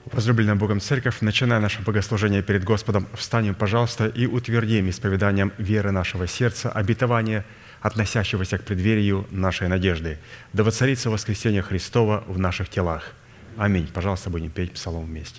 Возлюбленная Богом Церковь, начиная наше богослужение перед Господом, встанем, пожалуйста, и утвердим исповеданием веры нашего сердца обетование, относящегося к преддверию нашей надежды. Да воцарится воскресение Христова в наших телах. Аминь. Пожалуйста, будем петь псалом вместе.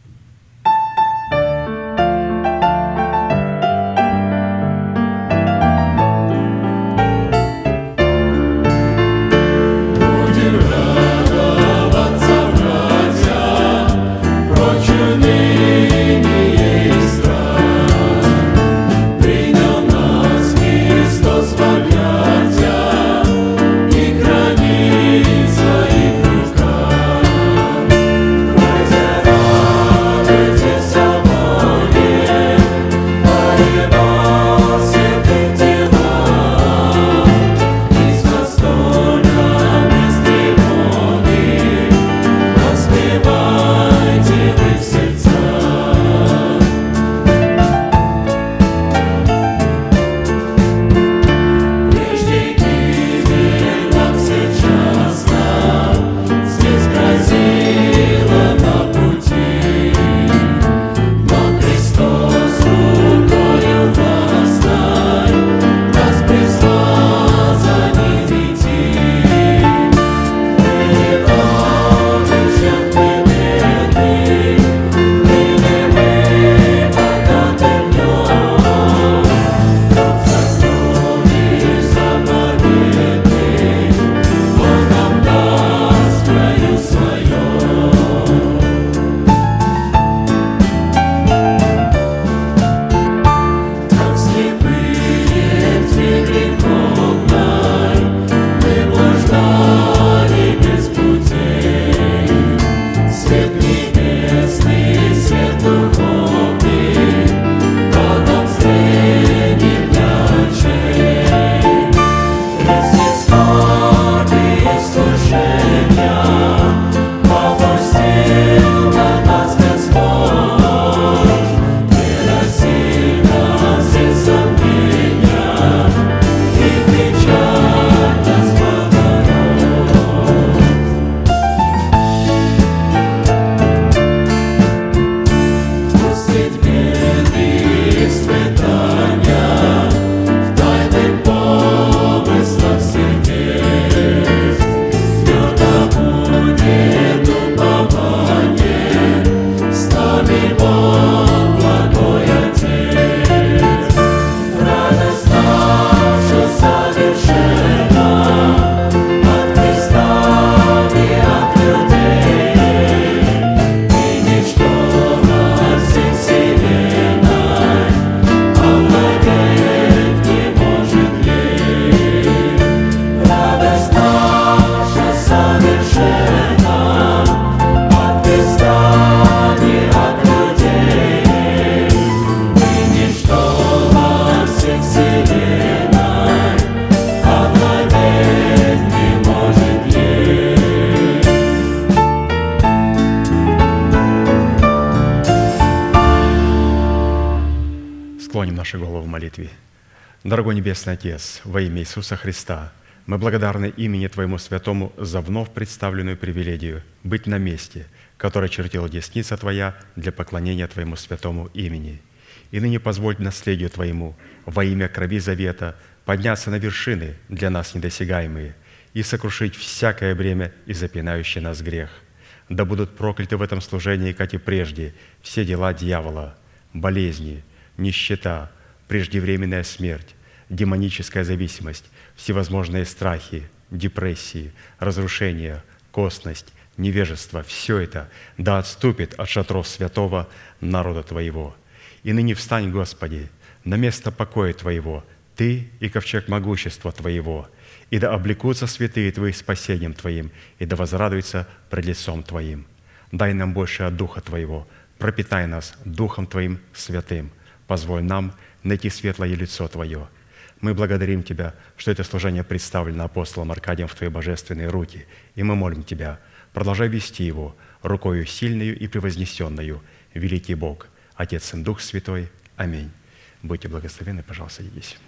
Наши головы в молитве. Дорогой Небесный Отец, во имя Иисуса Христа, мы благодарны имени Твоему Святому за вновь представленную привилегию быть на месте, которое чертила десница Твоя для поклонения Твоему Святому имени. И ныне позволь наследию Твоему во имя крови завета подняться на вершины для нас недосягаемые и сокрушить всякое бремя и запинающий нас грех. Да будут прокляты в этом служении, как и прежде, все дела дьявола, болезни, нищета, преждевременная смерть, демоническая зависимость, всевозможные страхи, депрессии, разрушения, косность, невежество – все это да отступит от шатров святого народа Твоего. И ныне встань, Господи, на место покоя Твоего, Ты и ковчег могущества Твоего, и да облекутся святые Твои спасением Твоим, и да возрадуются пред лицом Твоим. Дай нам больше от Духа Твоего, пропитай нас Духом Твоим святым, позволь нам найти светлое лицо Твое. Мы благодарим Тебя, что это служение представлено апостолом Аркадием в Твои божественные руки, и мы молим Тебя, продолжай вести его рукою сильную и превознесенную, великий Бог, Отец и Дух Святой. Аминь. Будьте благословенны, пожалуйста, садитесь.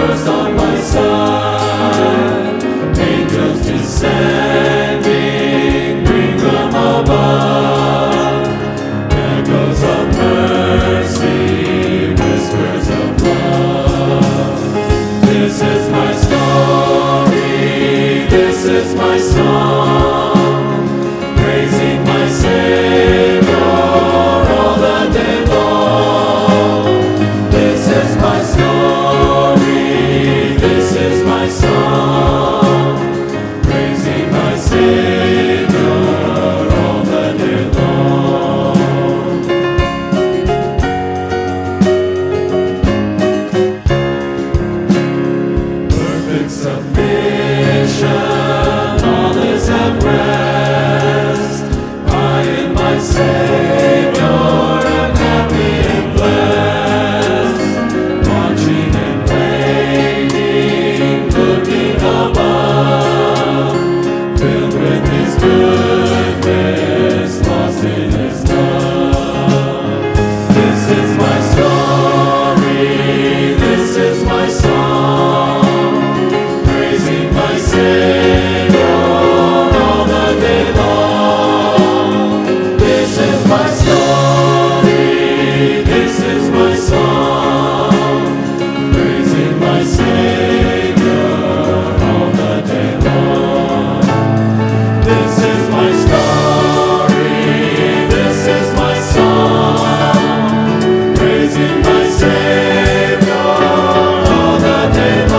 Praising my Savior all the day long.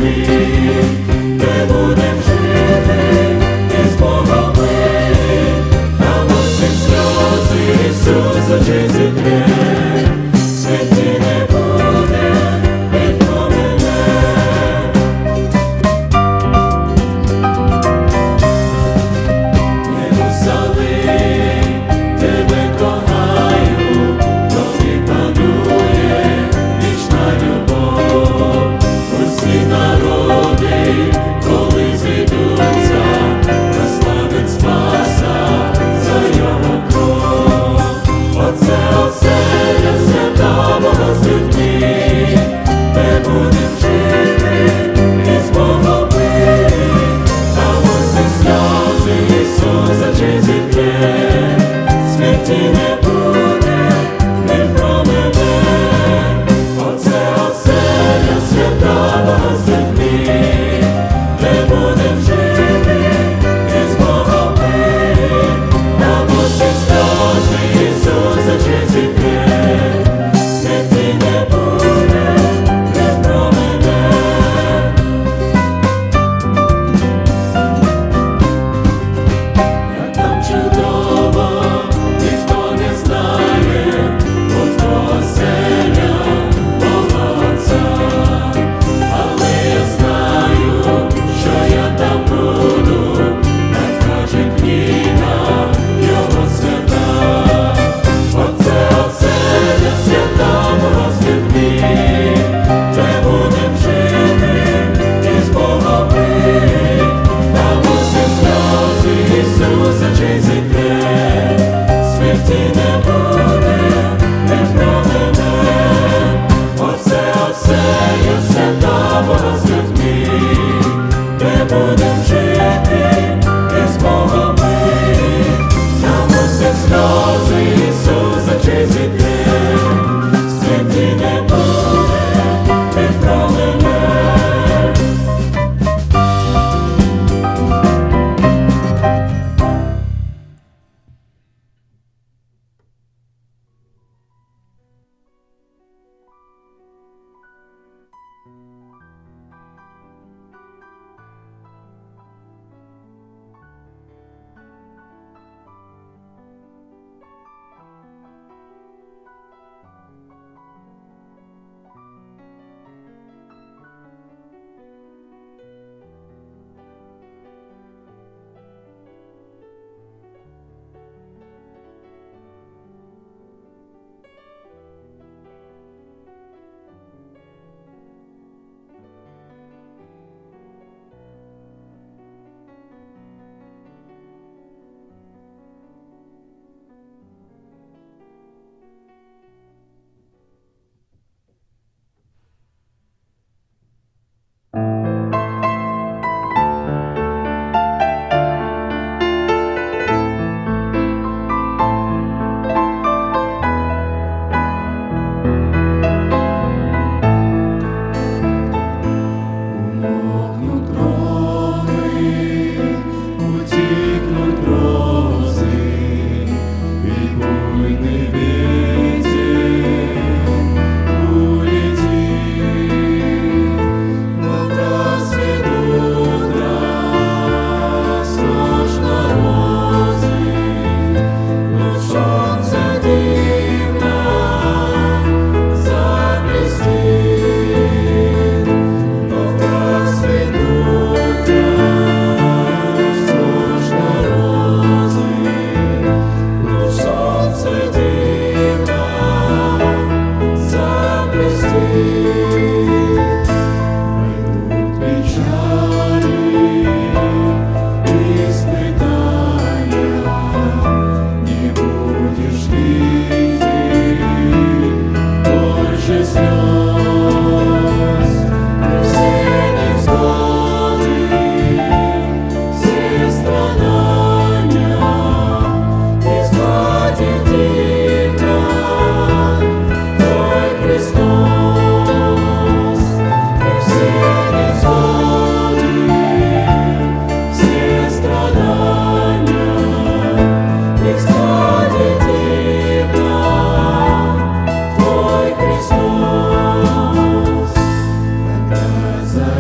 Народ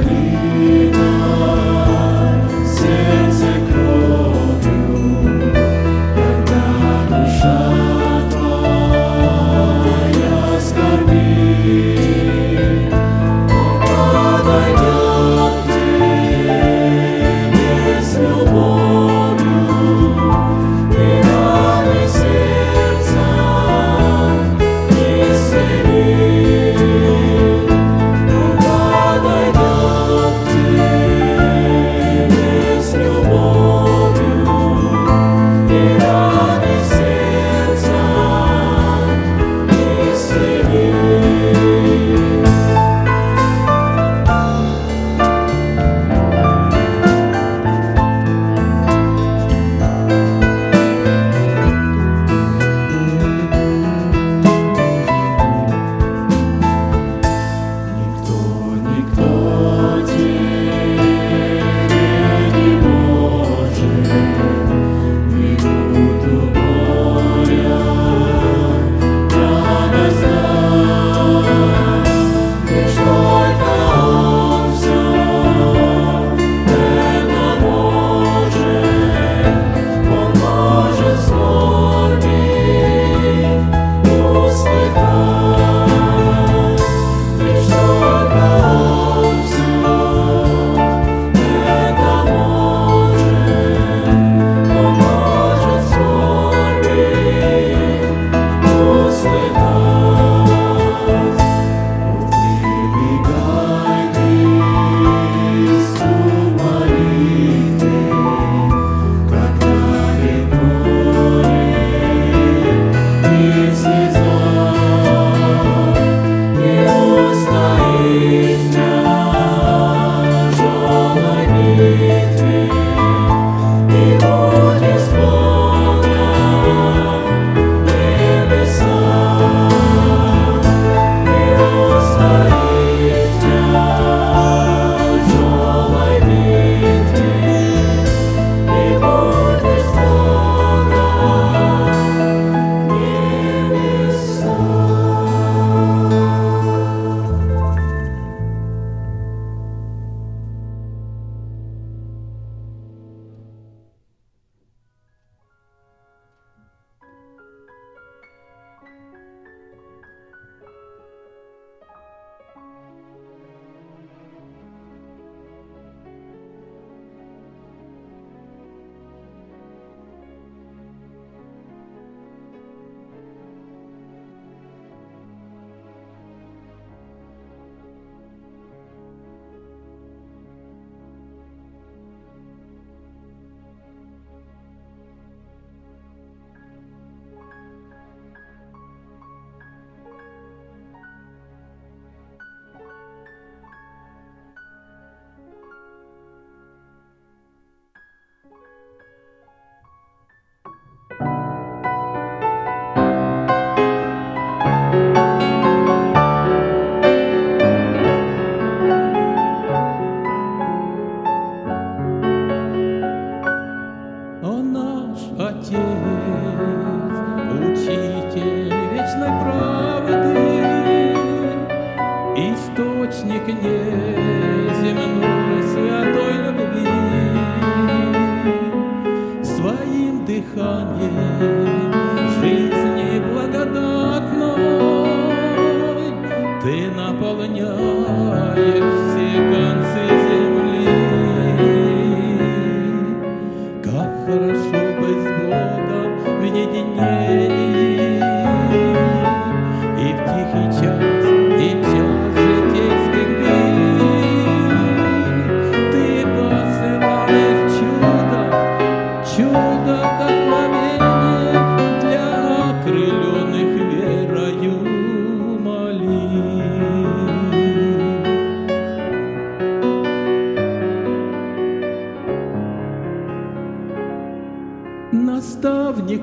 Наставник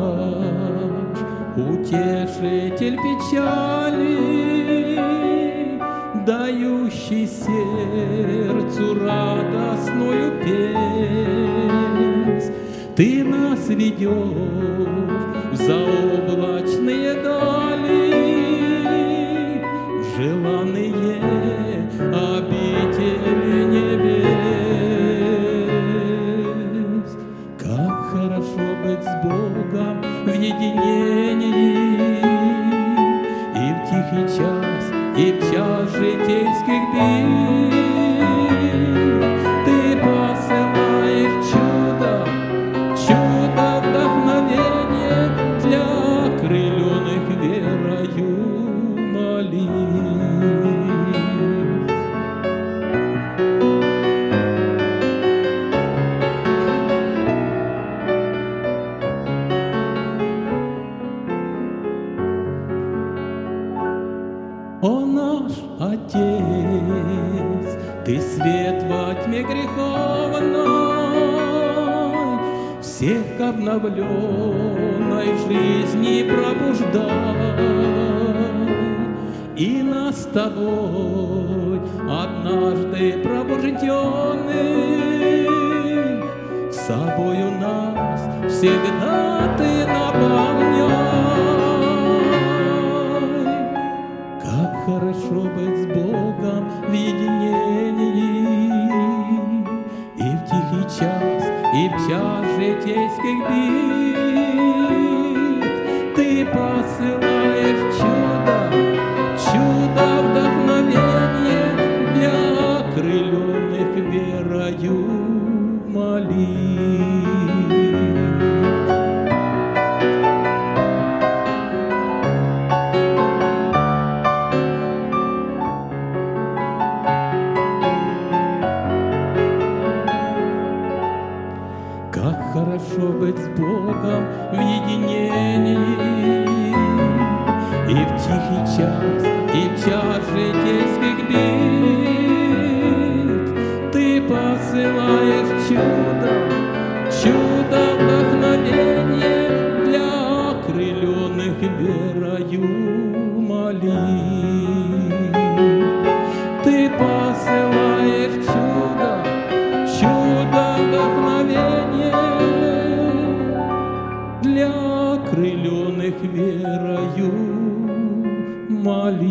наш, утешитель печали, дающий сердцу радостную песнь. Ты нас ведешь в заоблачные дали, в желанные обители Ты свет во тьме греховной, всех к обновленной жизни пробуждай. И нас с тобой, однажды пробужденных, собою нас всегда ты наполняй. Как хорошо быть с Богом в единении, и в тихий час, и в час житейских бед ты посылаешь чудо, чудо вдохновение для окрыленных верою молитв. Как хорошо быть с Богом в единении, и в тихий час, и в час житейских бед ты посылаешь чудо, чудо вдохновение для окрыленных верою молитв. Ты посылаешь чудо, чудо вдохновение для окрыленных верою молитв.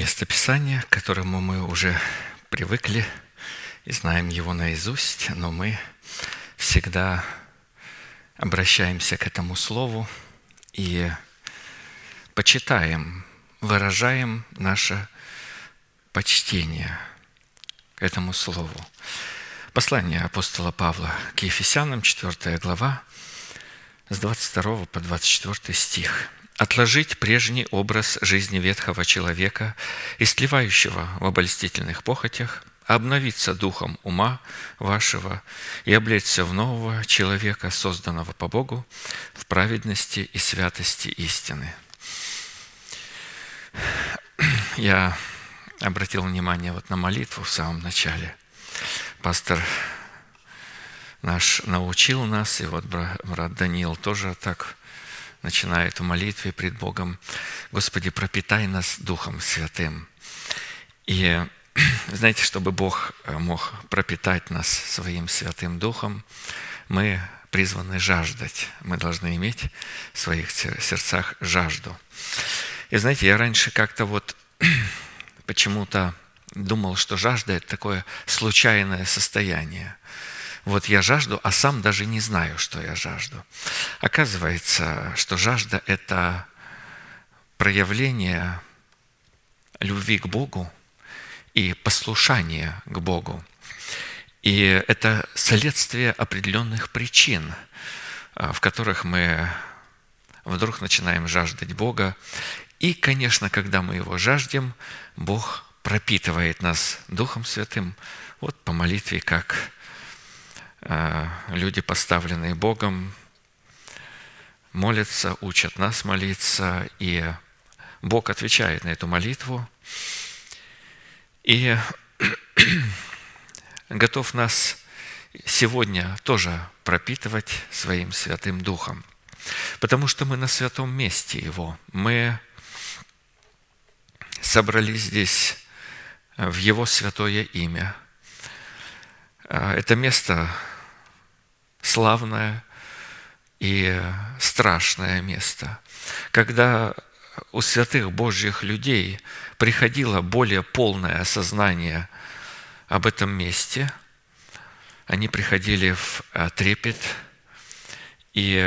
местописание, к которому мы уже привыкли и знаем его наизусть, но мы всегда обращаемся к этому слову и почитаем, выражаем наше почтение к этому слову. Послание апостола Павла к Ефесянам, 4 глава, с 22 по 24 стих. «Отложить прежний образ жизни ветхого человека, истлевающего в обольстительных похотях, обновиться духом ума вашего и облечься в нового человека, созданного по Богу, в праведности и святости истины». Я обратил внимание на молитву в самом начале. Пастор наш научил нас, и брат Даниил тоже так начинает в молитве пред Богом: «Господи, пропитай нас Духом Святым». И знаете, чтобы Бог мог пропитать нас Своим Святым Духом, мы призваны жаждать. Мы должны иметь в своих сердцах жажду. И знаете, я раньше как-то почему-то думал, что жажда – это такое случайное состояние. Я жажду, а сам даже не знаю, что я жажду. Оказывается, что жажда – это проявление любви к Богу и послушание к Богу. И это следствие определенных причин, в которых мы вдруг начинаем жаждать Бога. И, конечно, когда мы Его жаждем, Бог пропитывает нас Духом Святым, по молитве, как люди, поставленные Богом, молятся, учат нас молиться, и Бог отвечает на эту молитву и готов нас сегодня тоже пропитывать Своим Святым Духом, потому что мы на святом месте Его. Мы собрались здесь в Его святое имя. Это место славное и страшное место. Когда у святых Божьих людей приходило более полное осознание об этом месте, они приходили в трепет и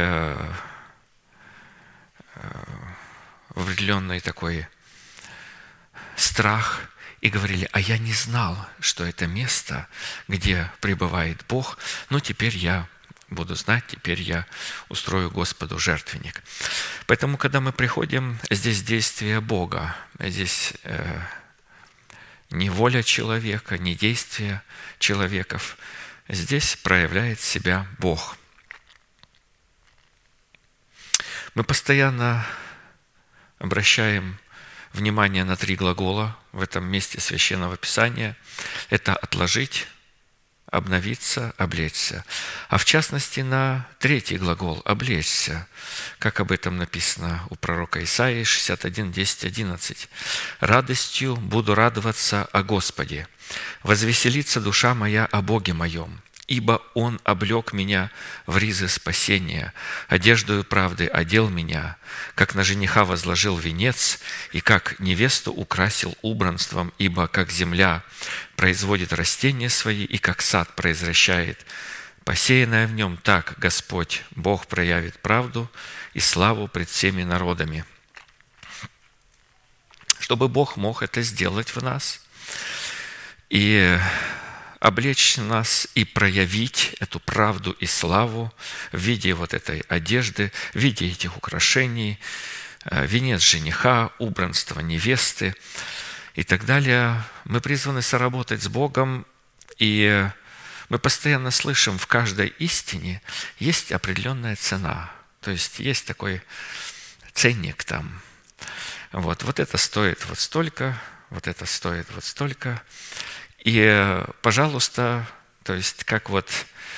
в определенный такой страх, и говорили: «А я не знал, что это место, где пребывает Бог, но теперь я буду знать, теперь я устрою Господу жертвенник». Поэтому, когда мы приходим, здесь действие Бога, здесь не воля человека, не действие человеков, здесь проявляет себя Бог. Мы постоянно обращаем внимание на 3 глагола в этом месте Священного Писания. Это «отложить», «обновиться», «облечься». А в частности, на 3 глагол «облечься», как об этом написано у пророка Исаии 61, 10, 11. «Радостью буду радоваться о Господе, возвеселится душа моя о Боге моем, ибо Он облек меня в ризы спасения, одеждою правды одел меня, как на жениха возложил венец, и как невесту украсил убранством, ибо как земля производит растения свои, и как сад произвращает посеянное в нем, так Господь, Бог, проявит правду и славу пред всеми народами». Чтобы Бог мог это сделать в нас и облечь нас и проявить эту правду и славу в виде этой одежды, в виде этих украшений, венец жениха, убранство невесты и так далее. Мы призваны соработать с Богом, и мы постоянно слышим, в каждой истине есть определенная цена. То есть есть такой ценник там. Вот это стоит вот столько, вот это стоит вот столько. И, пожалуйста, то есть как в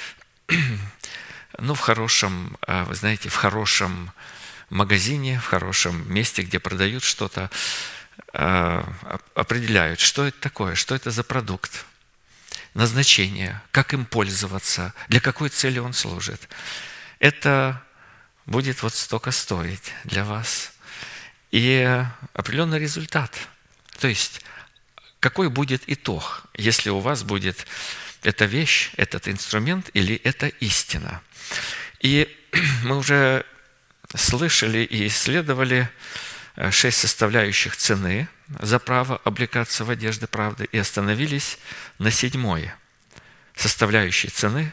хорошем, вы знаете, в хорошем магазине, в хорошем месте, где продают что-то, определяют, что это такое, что это за продукт, назначение, как им пользоваться, для какой цели он служит. Это будет столько стоить для вас. И определенный результат То есть, какой будет итог, если у вас будет эта вещь, этот инструмент или эта истина? И мы уже слышали и исследовали 6 составляющих цены за право облекаться в одежды правды и остановились на 7-й составляющей цены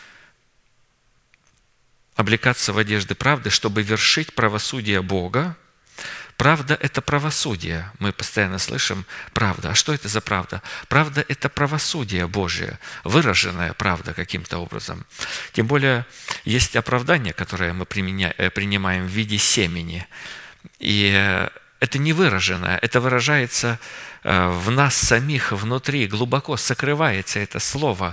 облекаться в одежды правды, чтобы вершить правосудие Бога. Правда – это правосудие. Мы постоянно слышим правда. А что это за правда? Правда – это правосудие Божие, выраженная правда каким-то образом. Тем более, есть оправдание, которое мы принимаем в виде семени. И это не выраженное, это выражается в нас самих внутри, глубоко сокрывается это слово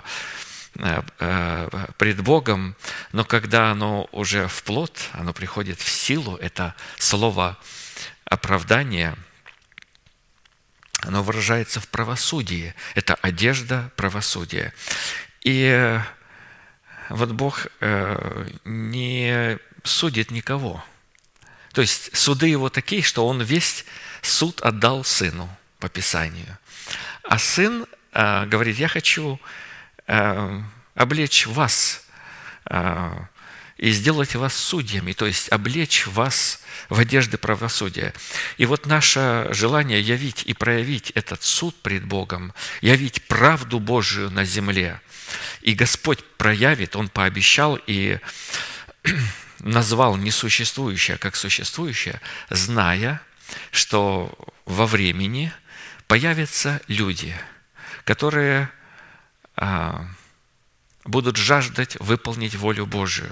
пред Богом, но когда оно уже в плод, оно приходит в силу, это слово оправдание, оно выражается в правосудии. Это одежда правосудия. И вот Бог не судит никого. То есть суды его такие, что он весь суд отдал сыну по Писанию. А сын говорит: я хочу облечь вас и сделать вас судьями, то есть облечь вас в одежды правосудия. И вот наше желание явить и проявить этот суд пред Богом, явить правду Божию на земле. И Господь проявит, Он пообещал и назвал несуществующее как существующее, зная, что во времени появятся люди, которые будут жаждать выполнить волю Божию.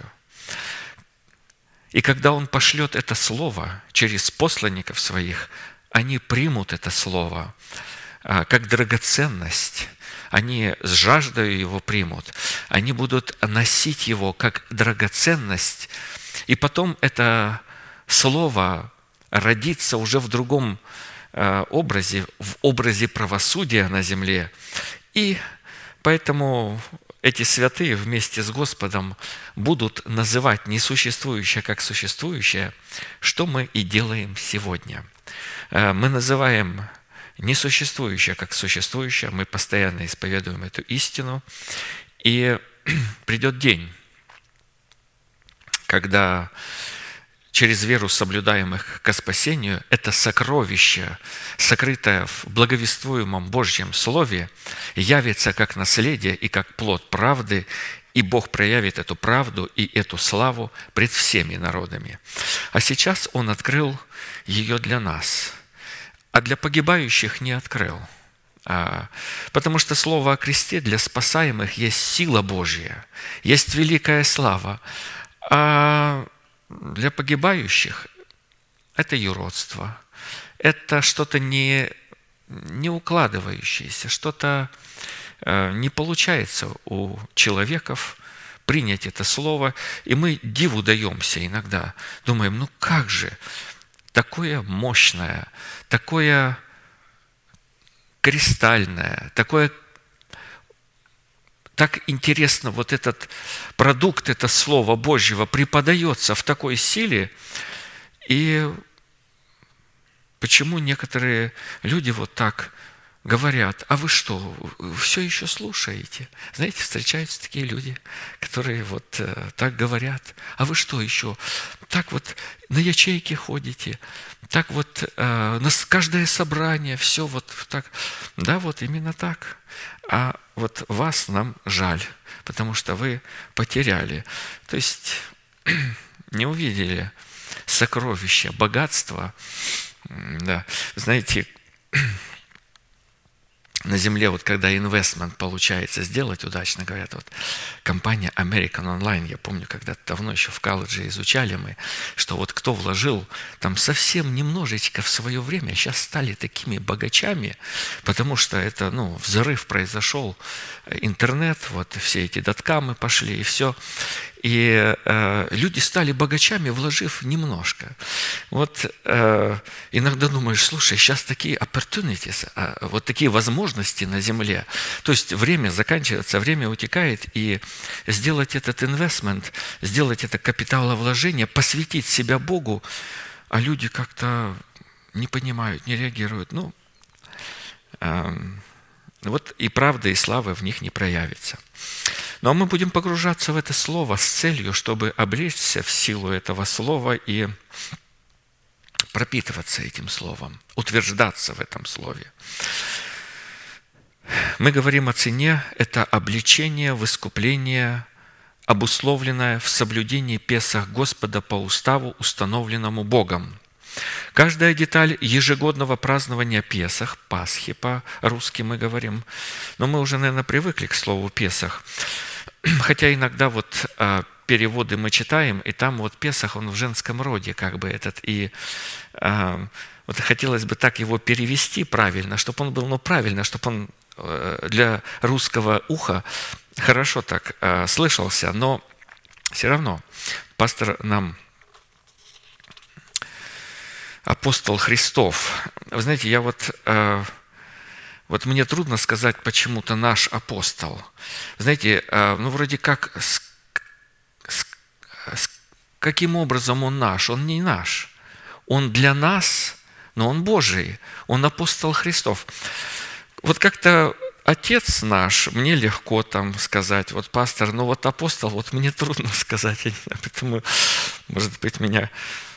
И когда Он пошлет это слово через посланников своих, они примут это слово как драгоценность. Они с жаждой его примут. Они будут носить его как драгоценность. И потом это слово родится уже в другом образе, в образе правосудия на земле. И поэтому эти святые вместе с Господом будут называть несуществующее как существующее, что мы и делаем сегодня. Мы называем несуществующее как существующее, мы постоянно исповедуем эту истину, и придет день, когда через веру соблюдаемых ко спасению это сокровище, сокрытое в благовествуемом Божьем Слове, явится как наследие и как плод правды, и Бог проявит эту правду и эту славу пред всеми народами. А сейчас Он открыл ее для нас, а для погибающих не открыл. Потому что слово о кресте для спасаемых есть сила Божья, есть великая слава, а для погибающих это юродство, это что-то не укладывающееся, что-то не получается у человеков принять это слово, и мы диву даемся иногда, думаем, ну как же, такое мощное, такое кристальное, такое так интересно вот этот продукт, это Слово Божьего преподается в такой силе, и почему некоторые люди вот так говорят: а вы что, все еще слушаете? Знаете, встречаются такие люди, которые вот так говорят: а вы что еще, так вот на ячейки ходите, так вот на каждое собрание, все вот так. Да, вот именно так. А вот вас нам жаль, потому что вы потеряли. То есть не увидели сокровища, богатства. Да. Знаете, на земле, вот когда инвестмент получается сделать удачно, говорят, вот компания American Online, я помню, когда-то давно еще в колледже изучали мы, что вот кто вложил там совсем немножечко в свое время, сейчас стали такими богачами, потому что это, взрыв произошел, интернет, вот все эти доткамы пошли и все. И люди стали богачами, вложив немножко. Вот иногда думаешь, слушай, сейчас такие opportunities, вот такие возможности на земле. То есть время заканчивается, время утекает, и сделать этот инвестмент, сделать это капиталовложение, посвятить себя Богу, а люди как-то не понимают, не реагируют. вот и правда, и слава в них не проявится. Но мы будем погружаться в это слово с целью, чтобы облечься в силу этого слова и пропитываться этим словом, утверждаться в этом слове. Мы говорим о цене – это обличение в искупление, обусловленное в соблюдении Песах Господа по уставу, установленному Богом. Каждая деталь ежегодного празднования Песах, Пасхи по-русски мы говорим, но мы уже, наверное, привыкли к слову Песах. Хотя иногда вот переводы мы читаем, и там вот Песах, он в женском роде как бы этот, и вот хотелось бы так его перевести правильно, чтобы он был, правильно, чтобы он для русского уха хорошо так слышался, но все равно пастор нам, апостол Христов, вы знаете, я вот мне трудно сказать почему-то наш апостол. Знаете, вроде как, каким образом он наш? Он не наш. Он для нас, но он Божий. Он апостол Христов. Вот как-то отец наш, мне легко там сказать, вот пастор, вот апостол, вот мне трудно сказать, я не знаю, поэтому, может быть, меня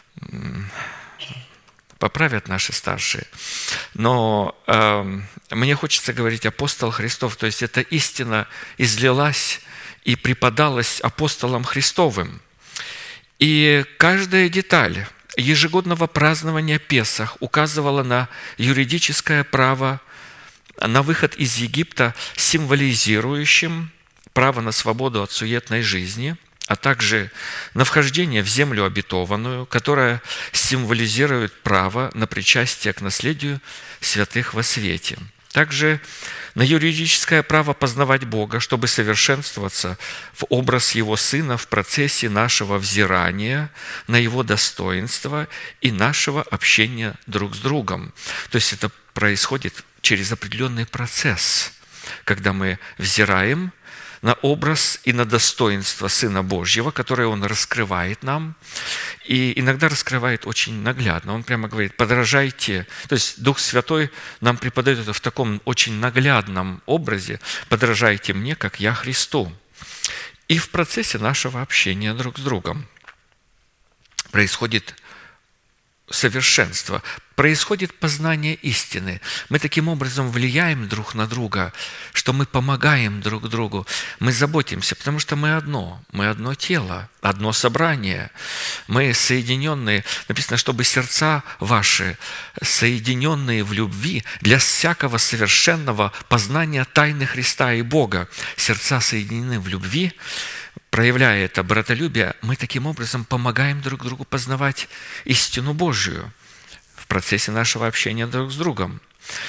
поправят наши старшие. Но мне хочется говорить апостол Христов, то есть эта истина излилась и преподалась апостолом Христовым. И каждая деталь ежегодного празднования Песах указывала на юридическое право на выход из Египта, символизирующим право на свободу от суетной жизни, а также на вхождение в землю обетованную, которая символизирует право на причастие к наследию святых во свете. Также на юридическое право познавать Бога, чтобы совершенствоваться в образ Его Сына в процессе нашего взирания на Его достоинство и нашего общения друг с другом. То есть это происходит через определенный процесс, когда мы взираем на образ и на достоинство Сына Божьего, которое Он раскрывает нам, и иногда раскрывает очень наглядно. Он прямо говорит: подражайте. То есть Дух Святой нам преподает это в таком очень наглядном образе: подражайте мне, как я Христу. И в процессе нашего общения друг с другом происходит совершенство, происходит познание истины. Мы таким образом влияем друг на друга, что мы помогаем друг другу, мы заботимся, потому что мы одно тело, одно собрание, мы соединенные. Написано, чтобы сердца ваши, соединенные в любви, для всякого совершенного познания тайны Христа и Бога. Сердца соединены в любви, проявляя это братолюбие, мы таким образом помогаем друг другу познавать истину Божию в процессе нашего общения друг с другом.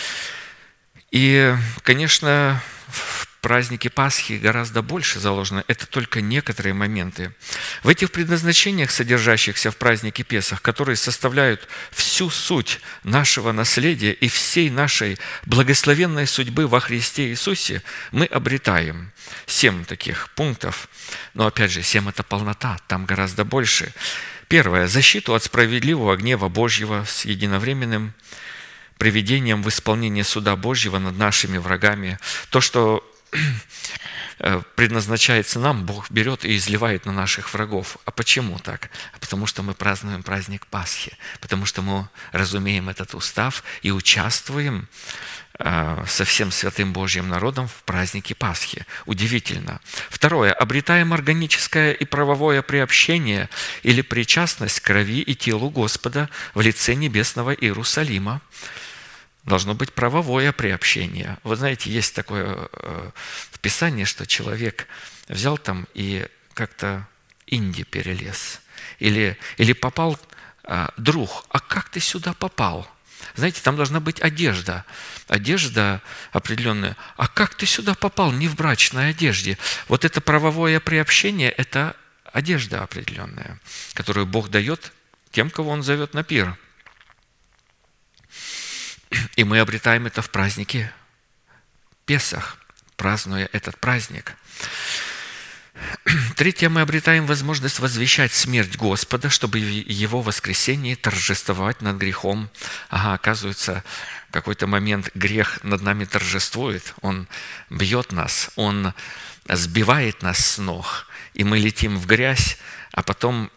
И, конечно, в празднике Пасхи гораздо больше заложено. Это только некоторые моменты. В этих предназначениях, содержащихся в празднике Песах, которые составляют всю суть нашего наследия и всей нашей благословенной судьбы во Христе Иисусе, мы обретаем 7 таких пунктов. Но опять же, 7 – это полнота, там гораздо больше. Первое – защиту от справедливого гнева Божьего с единовременным приведением в исполнение суда Божьего над нашими врагами. То, что предназначается нам, Бог берет и изливает на наших врагов. А почему так? Потому что мы празднуем праздник Пасхи, потому что мы разумеем этот устав и участвуем со всем святым Божьим народом в празднике Пасхи. Удивительно. Второе. Обретаем органическое и правовое приобщение или причастность к крови и телу Господа в лице небесного Иерусалима. Должно быть правовое приобщение. Вы знаете, есть такое в Писании, что человек взял там и как-то Инди перелез. Или попал друг. А как ты сюда попал? Знаете, там должна быть одежда. Одежда определенная. А как ты сюда попал не в брачной одежде? Вот это правовое приобщение – это одежда определенная, которую Бог дает тем, кого Он зовет на пир. И мы обретаем это в празднике Песах, празднуя этот праздник. Третье, мы обретаем возможность возвещать смерть Господа, чтобы в Его воскресении торжествовать над грехом. Оказывается, в какой-то момент грех над нами торжествует, он бьет нас, он сбивает нас с ног, и мы летим в грязь, а потом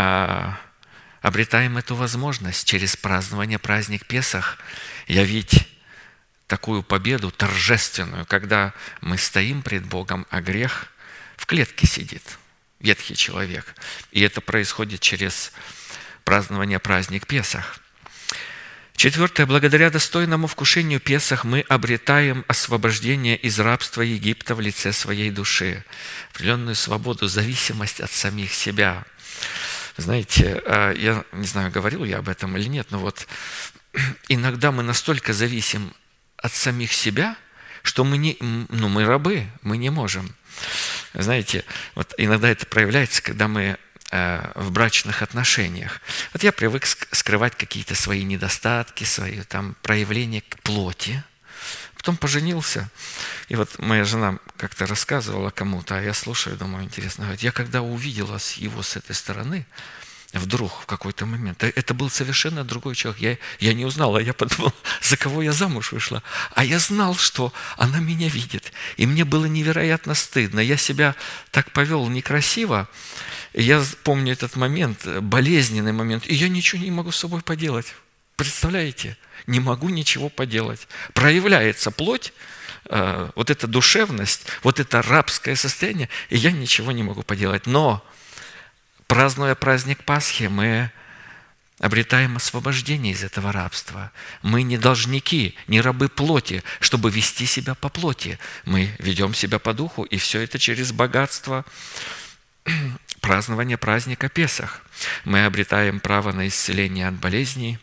обретаем эту возможность через празднование праздник Песах явить такую победу торжественную, когда мы стоим пред Богом, а грех в клетке сидит, ветхий человек. И это происходит через празднование праздник Песах. Четвертое. Благодаря достойному вкушению Песах мы обретаем освобождение из рабства Египта в лице своей души, определенную свободу, зависимость от самих себя. Знаете, я не знаю, говорил я об этом или нет, но вот иногда мы настолько зависим от самих себя, что мы рабы, мы не можем. Знаете, вот иногда это проявляется, когда мы в брачных отношениях. Вот я привык скрывать какие-то свои недостатки, свои там проявления к плоти. Потом поженился, и вот моя жена как-то рассказывала кому-то, а я слушаю, думаю, интересно. Говорит, я когда увидела его с этой стороны, вдруг в какой-то момент, это был совершенно другой человек. Я не узнала, я подумал, за кого я замуж вышла. А я знал, что она меня видит. И мне было невероятно стыдно. Я себя так повел некрасиво. И я помню этот момент, болезненный момент, и я ничего не могу с собой поделать. Представляете? Не могу ничего поделать. Проявляется плоть, вот эта душевность, вот это рабское состояние, и я ничего не могу поделать. Но празднуя праздник Пасхи, мы обретаем освобождение из этого рабства. Мы не должники, не рабы плоти, чтобы вести себя по плоти. Мы ведем себя по духу, и все это через богатство празднования праздника Песах. Мы обретаем право на исцеление от болезней.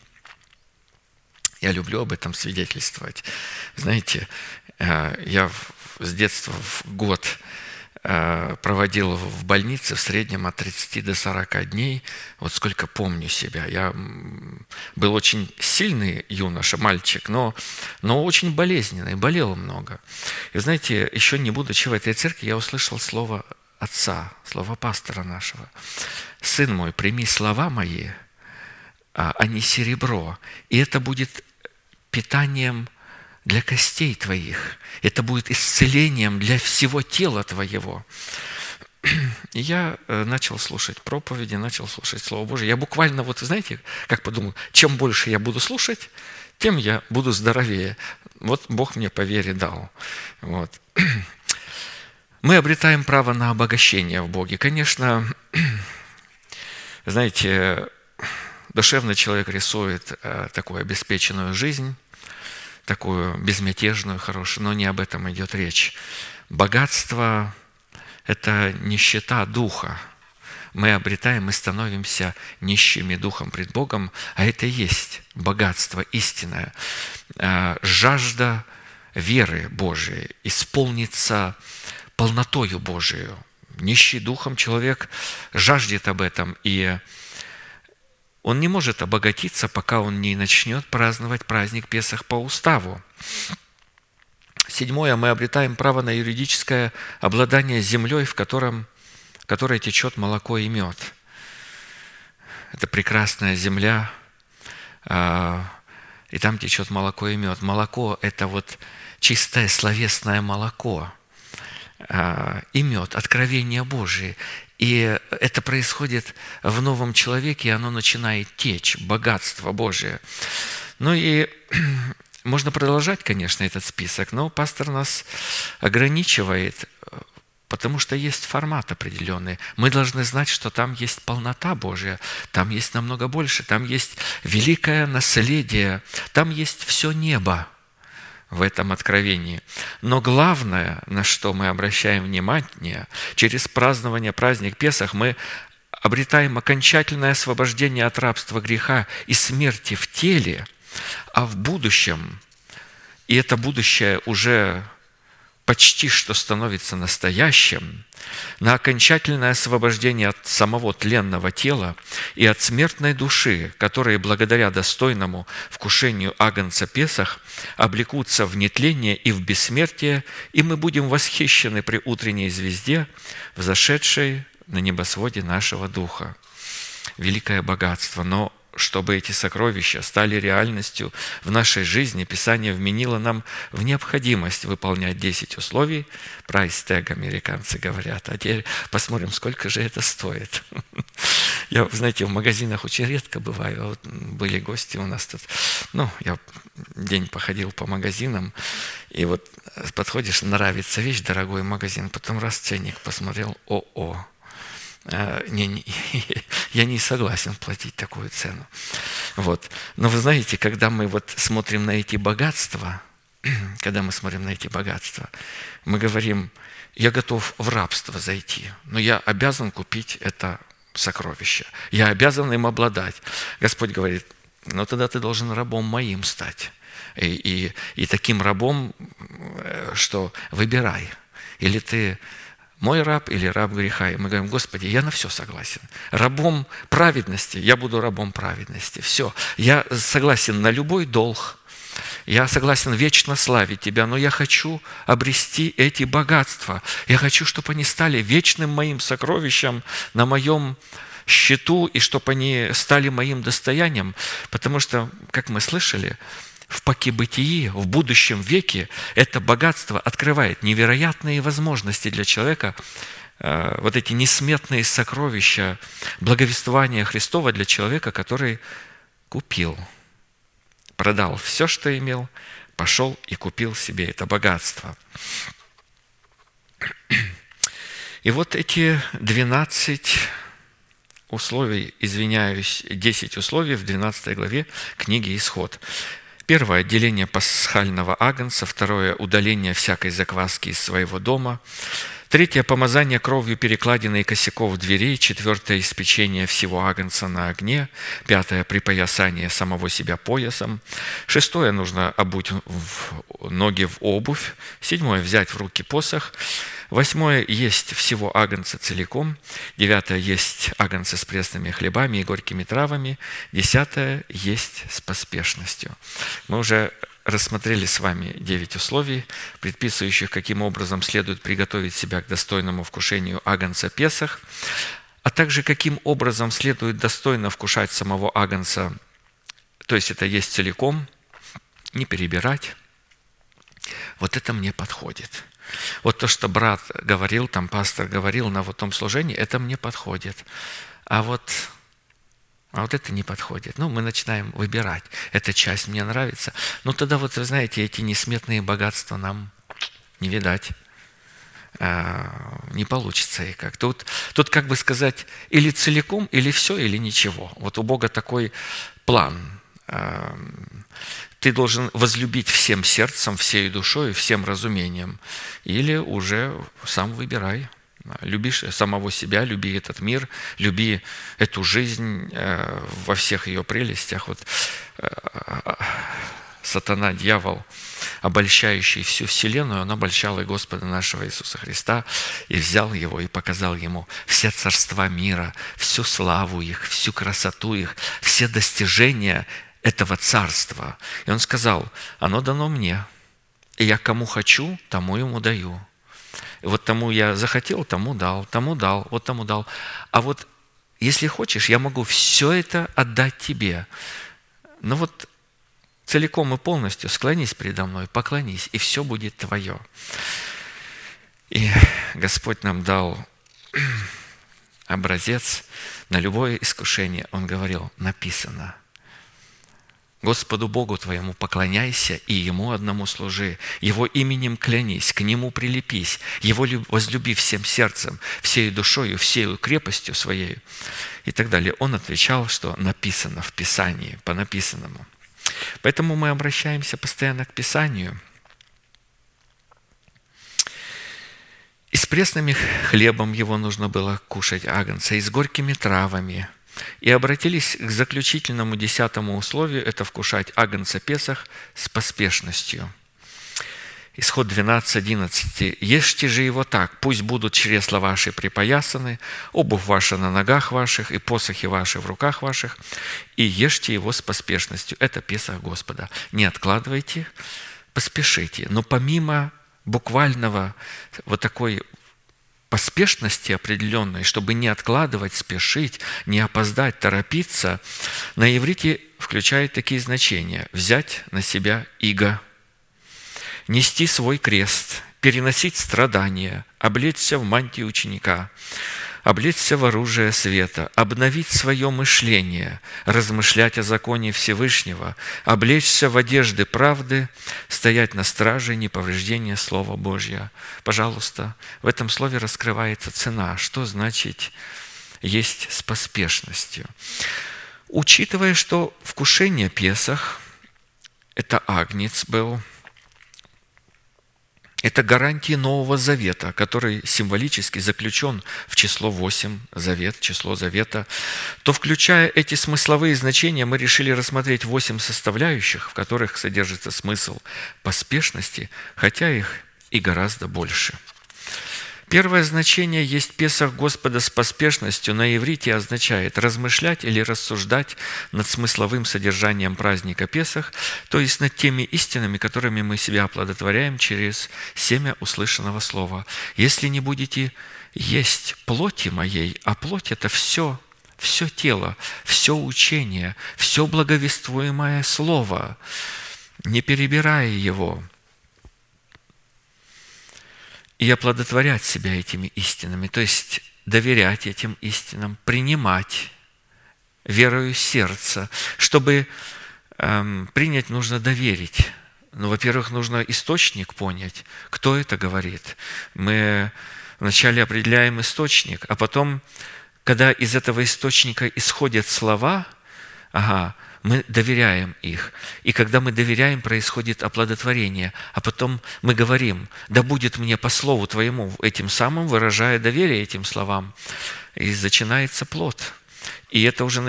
Я люблю об этом свидетельствовать. Знаете, я с детства в год проводил в больнице в среднем от 30 до 40 дней, вот сколько помню себя. Я был очень сильный юноша, мальчик, но очень болезненный, болел много. И знаете, еще не будучи в этой церкви, я услышал слово отца, слово пастора нашего. «Сын мой, прими слова мои, а не серебро, и это будет питанием для костей твоих. Это будет исцелением для всего тела твоего». И я начал слушать проповеди, начал слушать Слово Божие. Я буквально, вот знаете, как подумал, чем больше я буду слушать, тем я буду здоровее. Вот Бог мне по вере дал. Вот. Мы обретаем право на обогащение в Боге. Конечно, знаете, душевный человек рисует такую обеспеченную жизнь, такую безмятежную, хорошую, но не об этом идет речь. Богатство – это нищета духа. Мы обретаем и становимся нищими духом пред Богом, а это и есть богатство истинное. Жажда веры Божией, исполниться полнотою Божию. Нищий духом человек жаждет об этом, и он не может обогатиться, пока он не начнет праздновать праздник Песах по уставу. Седьмое. Мы обретаем право на юридическое обладание землей, в которой течет молоко и мед. Это прекрасная земля, и там течет молоко и мед. Молоко – это вот чистое словесное молоко, и мед, откровение Божие. И это происходит в новом человеке, и оно начинает течь, богатство Божие. Ну и можно продолжать, конечно, этот список, но пастор нас ограничивает, потому что есть формат определенный. Мы должны знать, что там есть полнота Божия, там есть намного больше, там есть великое наследие, там есть все небо в этом откровении. Но главное, на что мы обращаем внимание, через празднование праздник Песах мы обретаем окончательное освобождение от рабства греха и смерти в теле, а в будущем, и это будущее уже почти что становится настоящим, на окончательное освобождение от самого тленного тела и от смертной души, которые благодаря достойному вкушению агнца Песах облекутся в нетление и в бессмертие, и мы будем восхищены при утренней звезде, взошедшей на небосводе нашего духа. Великое богатство, но чтобы эти сокровища стали реальностью в нашей жизни, Писание вменило нам в необходимость выполнять 10 условий. Price tag, американцы говорят. А теперь посмотрим, сколько же это стоит. Я, знаете, в магазинах очень редко бываю. Вот были гости у нас тут. Я день походил по магазинам, и вот подходишь, нравится вещь, дорогой магазин, потом раз ценник посмотрел, я не согласен платить такую цену. Вот. Но вы знаете, когда мы смотрим на эти богатства, мы говорим, я готов в рабство зайти, но я обязан купить это сокровище, я обязан им обладать. Господь говорит, тогда ты должен рабом моим стать. И таким рабом, что выбирай, или ты мой раб или раб греха. И мы говорим, Господи, я на все согласен. Рабом праведности, я буду рабом праведности. Все. Я согласен на любой долг. Я согласен вечно славить Тебя, но я хочу обрести эти богатства. Я хочу, чтобы они стали вечным моим сокровищем на моем счету, и чтобы они стали моим достоянием. Потому что, как мы слышали, в покебытии, в будущем веке это богатство открывает невероятные возможности для человека, вот эти несметные сокровища благовествования Христова для человека, который продал все, что имел, пошел и купил себе это богатство. И вот эти 12 условий, 10 условий в 12 главе книги «Исход». Первое – отделение пасхального агнца. Второе – удаление всякой закваски из своего дома. Третье – помазание кровью перекладины и косяков дверей. Четвертое – испечение всего агнца на огне. Пятое – припоясание самого себя поясом. Шестое – нужно обуть ноги в обувь. Седьмое – взять в руки посох. Восьмое – есть всего агнца целиком. Девятое – есть агнца с пресными хлебами и горькими травами. Десятое – есть с поспешностью. Мы уже рассмотрели с вами 9 условий, предписывающих, каким образом следует приготовить себя к достойному вкушению агнца Песах, а также каким образом следует достойно вкушать самого агнца, то есть это есть целиком, не перебирать. Вот это мне подходит. Вот то, что брат говорил, пастор говорил на том служении, это мне подходит. А вот это не подходит. Мы начинаем выбирать. Эта часть мне нравится. Тогда вы знаете, эти несметные богатства нам не видать. Не получится и как. Тут как бы сказать, или целиком, или все, или ничего. Вот у Бога такой план. Ты должен возлюбить всем сердцем, всей душой, всем разумением. Или уже сам выбирай. Любишь самого себя, люби этот мир, люби эту жизнь во всех ее прелестях. Сатана, дьявол, обольщающий всю вселенную, он обольщал и Господа нашего Иисуса Христа, и взял его, и показал ему все царства мира, всю славу их, всю красоту их, все достижения этого царства. И он сказал, оно дано мне, и я кому хочу, тому ему даю. И тому я захотел, тому дал, тому дал. А если хочешь, я могу все это отдать тебе. Но целиком и полностью склонись предо мной, поклонись, и все будет твое. И Господь нам дал образец на любое искушение. Он говорил, написано. Господу Богу твоему поклоняйся и Ему одному служи, Его именем клянись, к Нему прилепись, Его возлюби всем сердцем, всей душою, всей крепостью своей. И так далее. Он отвечал, что написано в Писании, по написанному. Поэтому мы обращаемся постоянно к Писанию. И с пресным хлебом его нужно было кушать агнца, и с горькими травами. И обратились к заключительному 10 условию – это вкушать агнца Песах с поспешностью. Исход 12:11. «Ешьте же его так, пусть будут чресла ваши припоясаны, обувь ваша на ногах ваших и посохи ваши в руках ваших, и ешьте его с поспешностью». Это Песах Господа. Не откладывайте, поспешите. Но помимо буквального вот такой поспешности определенной, чтобы не откладывать, спешить, не опоздать, торопиться, на иврите включает такие значения: взять на себя иго, нести свой крест, переносить страдания, облечься в мантию ученика, облечься в оружие света, обновить свое мышление, размышлять о законе Всевышнего, облечься в одежды правды, стоять на страже неповреждения Слова Божьего. Пожалуйста, в этом слове раскрывается цена. Что значит есть с поспешностью? Учитывая, что вкушение Песах – это агнец был, это гарантии Нового Завета, который символически заключен в число 8, завет, число завета, то, включая эти смысловые значения, мы решили рассмотреть 8 составляющих, в которых содержится смысл поспешности, хотя их и гораздо больше. Первое значение есть Песах Господа с поспешностью на иврите означает размышлять или рассуждать над смысловым содержанием праздника Песах, то есть над теми истинами, которыми мы себя оплодотворяем через семя услышанного слова. «Если не будете есть плоти моей», а плоть – это все тело, все учение, все благовествуемое слово, не перебирая его, и оплодотворять себя этими истинами, то есть доверять этим истинам, принимать верою сердца. Чтобы принять, нужно доверить. Ну, во-первых, нужно источник понять, кто это говорит. Мы вначале определяем источник, а потом, когда из этого источника исходят слова, мы доверяем их. И когда мы доверяем, происходит оплодотворение. А потом мы говорим: да будет мне по слову Твоему, этим самым выражая доверие этим словам. И начинается плод. И это уже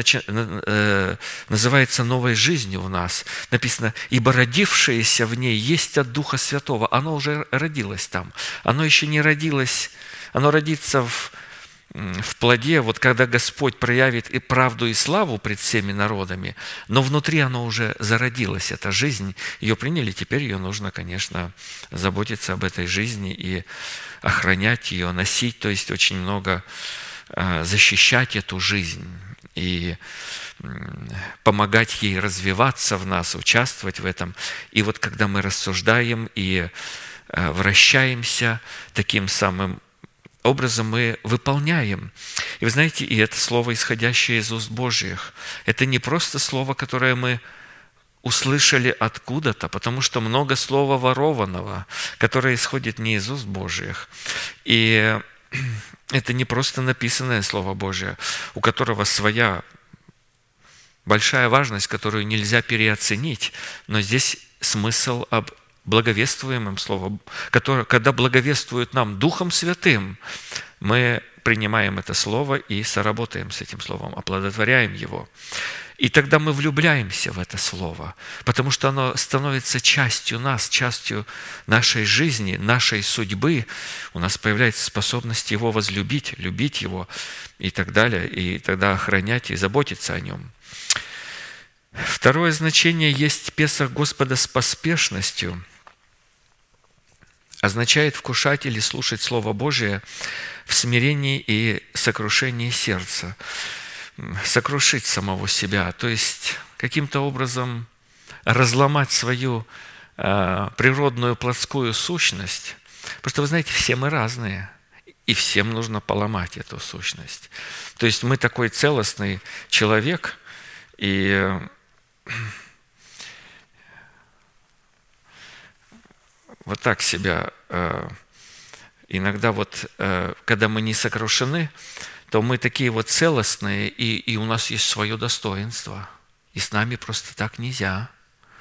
называется новой жизнью в нас. Написано: ибо родившееся в ней есть от Духа Святого. Оно уже родилось там. Оно еще не родилось. Оно родится в плоде, вот когда Господь проявит и правду, и славу пред всеми народами, но внутри оно уже зародилось, эта жизнь, ее приняли, теперь ее нужно, конечно, заботиться об этой жизни и охранять ее, носить, то есть очень много защищать эту жизнь и помогать ей развиваться в нас, участвовать в этом. И вот когда мы рассуждаем и вращаемся таким самым образом, мы выполняем. И вы знаете, и это слово, исходящее из уст Божьих, это не просто слово, которое мы услышали откуда-то, потому что много слова ворованного, которое исходит не из уст Божьих. И это не просто написанное Слово Божье, у которого своя большая важность, которую нельзя переоценить, но здесь смысл об благовествуемым словом, когда благовествуют нам Духом Святым, мы принимаем это слово и соработаем с этим словом, оплодотворяем его. И тогда мы влюбляемся в это слово, потому что оно становится частью нас, частью нашей жизни, нашей судьбы. У нас появляется способность его возлюбить, любить его и так далее, и тогда охранять и заботиться о нем. Второе значение есть Песах Господа с поспешностью. Означает вкушать или слушать Слово Божие в смирении и сокрушении сердца. Сокрушить самого себя, то есть каким-то образом разломать свою природную плотскую сущность. Потому что, вы знаете, все мы разные, и всем нужно поломать эту сущность. То есть мы такой целостный человек, и вот так себя иногда вот, когда мы не сокрушены, то мы такие вот целостные, и у нас есть свое достоинство. И с нами просто так нельзя.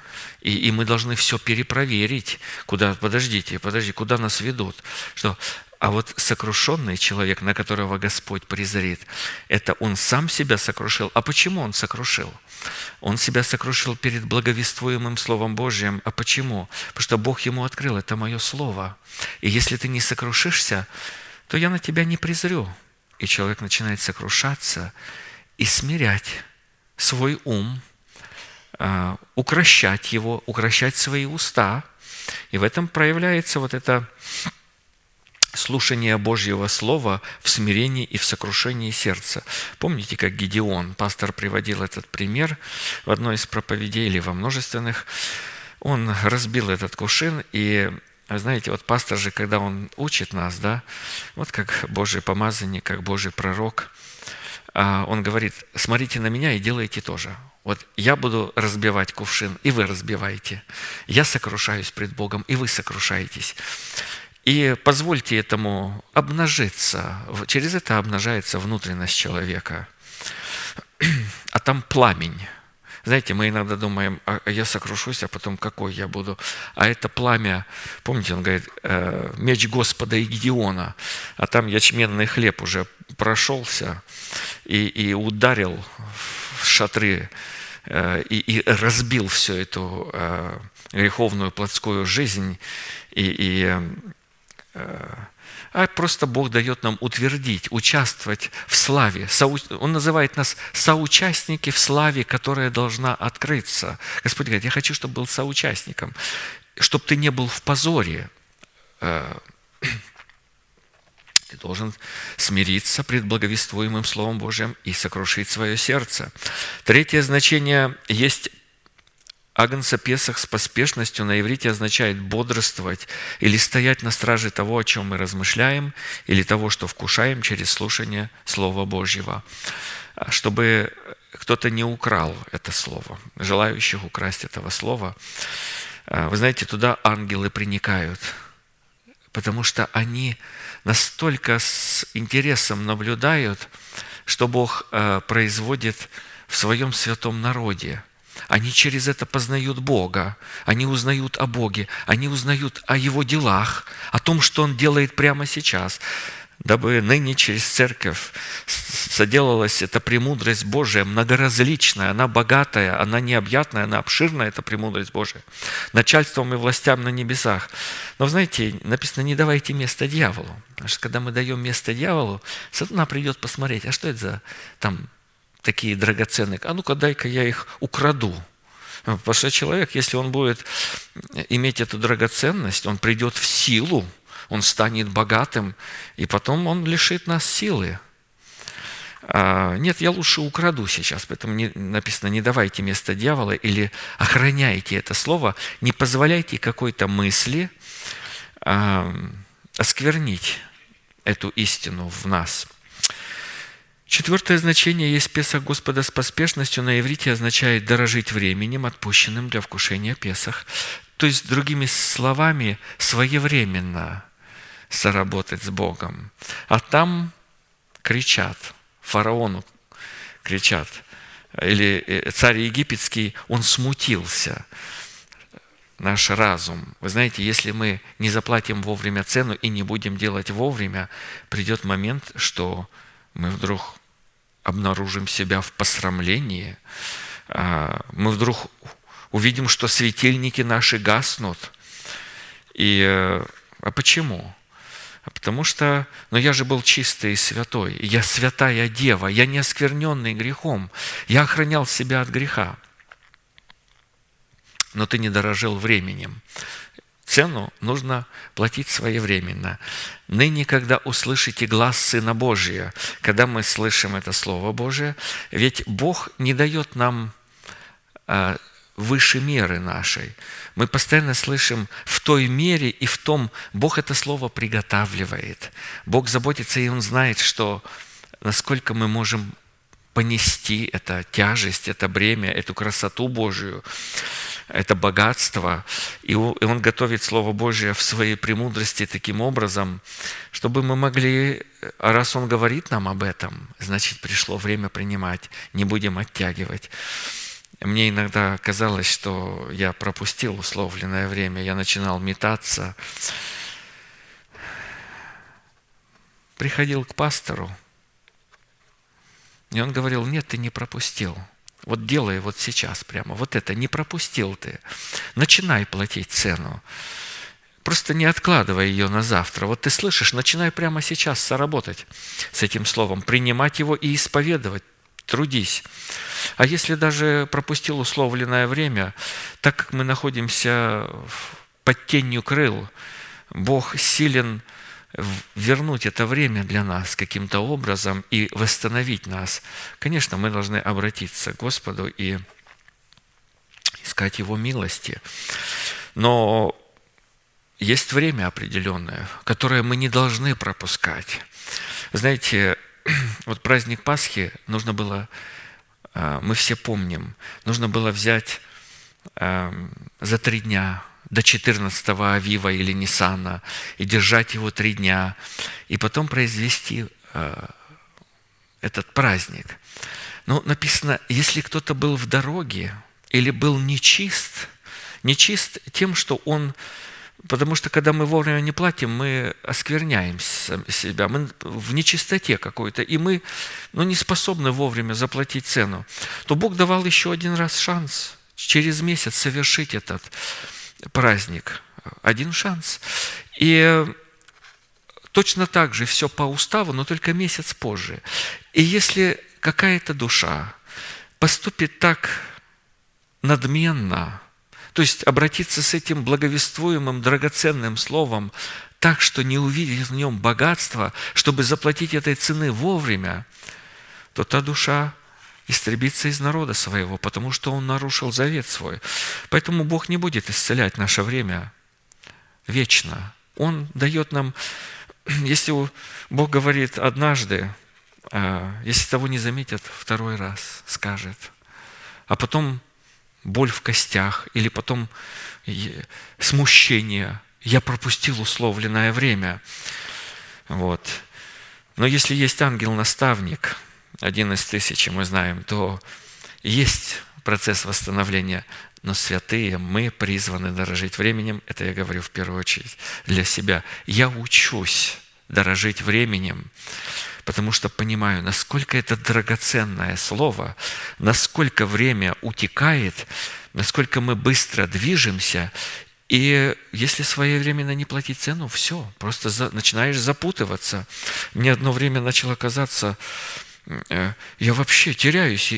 И мы должны все перепроверить. Подождите, куда нас ведут? Что А вот сокрушенный человек, на которого Господь презрит, это он сам себя сокрушил. А почему он сокрушил? Он себя сокрушил перед благовествуемым Словом Божьим. А почему? Потому что Бог ему открыл: это мое Слово. И если ты не сокрушишься, то я на тебя не презрю. И человек начинает сокрушаться и смирять свой ум, укрощать его, укрощать свои уста. И в этом проявляется вот это слушание Божьего Слова в смирении и в сокрушении сердца. Помните, как Гедеон, пастор приводил этот пример в одной из проповедей или во множественных. Он разбил этот кувшин, и, знаете, вот пастор же, когда он учит нас, да, вот как Божий помазанник, как Божий пророк, он говорит: смотрите на меня и делайте тоже. Вот я буду разбивать кувшин, и вы разбиваете. Я сокрушаюсь пред Богом, и вы сокрушаетесь. И позвольте этому обнажиться. Через это обнажается внутренность человека. А там пламень. Знаете, мы иногда думаем: я сокрушусь, а потом какой я буду? А это пламя, помните, он говорит, меч Господа и Гедеона, а там ячменный хлеб уже прошелся и ударил в шатры, и разбил всю эту греховную плотскую жизнь, а просто Бог дает нам утвердить, участвовать в славе. Он называет нас соучастники в славе, которая должна открыться. Господь говорит: я хочу, чтобы был соучастником, чтобы ты не был в позоре. Ты должен смириться пред благовествуемым Словом Божьим и сокрушить свое сердце. Третье значение есть агнца Песах с поспешностью. На иврите означает бодрствовать или стоять на страже того, о чем мы размышляем, или того, что вкушаем через слушание Слова Божьего. Чтобы кто-то не украл это Слово, желающих украсть этого Слова. Вы знаете, туда ангелы приникают, потому что они настолько с интересом наблюдают, что Бог производит в своем святом народе. Они через это познают Бога, они узнают о Боге, они узнают о Его делах, о том, что Он делает прямо сейчас, дабы ныне через церковь соделалась эта премудрость Божия, многоразличная, она богатая, она необъятная, она обширная, эта премудрость Божия, начальством и властям на небесах. Но, знаете, написано: не давайте место дьяволу. Потому что когда мы даем место дьяволу, сатана придет посмотреть: а что это за там такие драгоценные? А ну-ка, дай-ка я их украду. Потому что человек, если он будет иметь эту драгоценность, он придет в силу, он станет богатым, и потом он лишит нас силы. Нет, я лучше украду сейчас, поэтому написано: не давайте место дьявола, или охраняйте это слово, не позволяйте какой-то мысли осквернить эту истину в нас. Четвертое значение есть Песах Господа с поспешностью. На иврите означает дорожить временем, отпущенным для вкушения Песах. То есть, другими словами, своевременно соработать с Богом. А там кричат, фараону кричат, или царь египетский, он смутился. Наш разум. Вы знаете, если мы не заплатим вовремя цену и не будем делать вовремя, придет момент, что мы вдруг обнаружим себя в посрамлении, мы вдруг увидим, что светильники наши гаснут. А почему? Потому что, я же был чистый и святой, я святая дева, я не оскверненный грехом, я охранял себя от греха. Но ты не дорожил временем. Цену нужно платить своевременно. Ныне, когда услышите глас Сына Божия, когда мы слышим это Слово Божие, ведь Бог не дает нам выше меры нашей. Мы постоянно слышим в той мере и в том, Бог это Слово приготавливает. Бог заботится, и Он знает, что насколько мы можем понести эту тяжесть, это бремя, эту красоту Божию, это богатство. И Он готовит Слово Божие в своей премудрости таким образом, чтобы мы могли, а раз Он говорит нам об этом, значит, пришло время принимать, не будем оттягивать. Мне иногда казалось, что я пропустил условленное время, я начинал метаться. приходил к пастору, и он говорил: нет, ты не пропустил. Вот делай вот сейчас прямо, вот это не пропустил ты. Начинай платить цену. Просто не откладывай ее на завтра. Вот ты слышишь, начинай прямо сейчас соработать с этим словом, принимать его и исповедовать. Трудись. А если даже пропустил условленное время, так как мы находимся под тенью крыл, Бог силен вернуть это время для нас каким-то образом и восстановить нас. Конечно, мы должны обратиться к Господу и искать Его милости. Но есть время определенное, которое мы не должны пропускать. Знаете, вот праздник Пасхи нужно было, мы все помним, нужно было взять за 3 дня до 14-го Авива или Ниссана и держать его 3 дня, и потом произвести этот праздник. Но написано, если кто-то был в дороге или был нечист тем, что он... Потому что, когда мы вовремя не платим, мы оскверняем себя, мы в нечистоте какой-то, и мы не способны вовремя заплатить цену, то Бог давал еще 1 раз шанс через месяц совершить этот праздник. 1 шанс. И точно так же все по уставу, но только месяц позже. И если какая-то душа поступит так надменно, то есть обратиться с этим благовествуемым, драгоценным словом так, что не увидеть в нем богатства, чтобы заплатить этой цены вовремя, то та душа истребится из народа своего, потому что он нарушил завет свой. Поэтому Бог не будет исцелять наше время вечно. Он дает нам, если Бог говорит однажды, если того не заметят, 2 раз скажет, а потом боль в костях или потом смущение. Я пропустил условленное время. Вот. Но если есть ангел-наставник, 1 из 1000, мы знаем, то есть процесс восстановления. Но святые, мы призваны дорожить временем. Это я говорю в первую очередь для себя. Я учусь дорожить временем, потому что понимаю, насколько это драгоценное слово, насколько время утекает, насколько мы быстро движемся, и если своевременно не платить цену, все, просто начинаешь запутываться. Мне одно время начало казаться, я вообще теряюсь,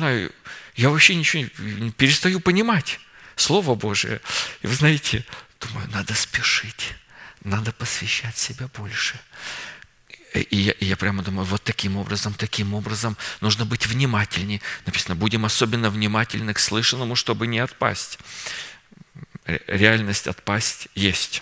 я вообще ничего не перестаю понимать Слово Божие. И вы знаете, думаю, надо спешить, надо посвящать себя больше. И я прямо думаю, вот таким образом нужно быть внимательнее. Написано, будем особенно внимательны к слышанному, чтобы не отпасть. Реальность отпасть есть.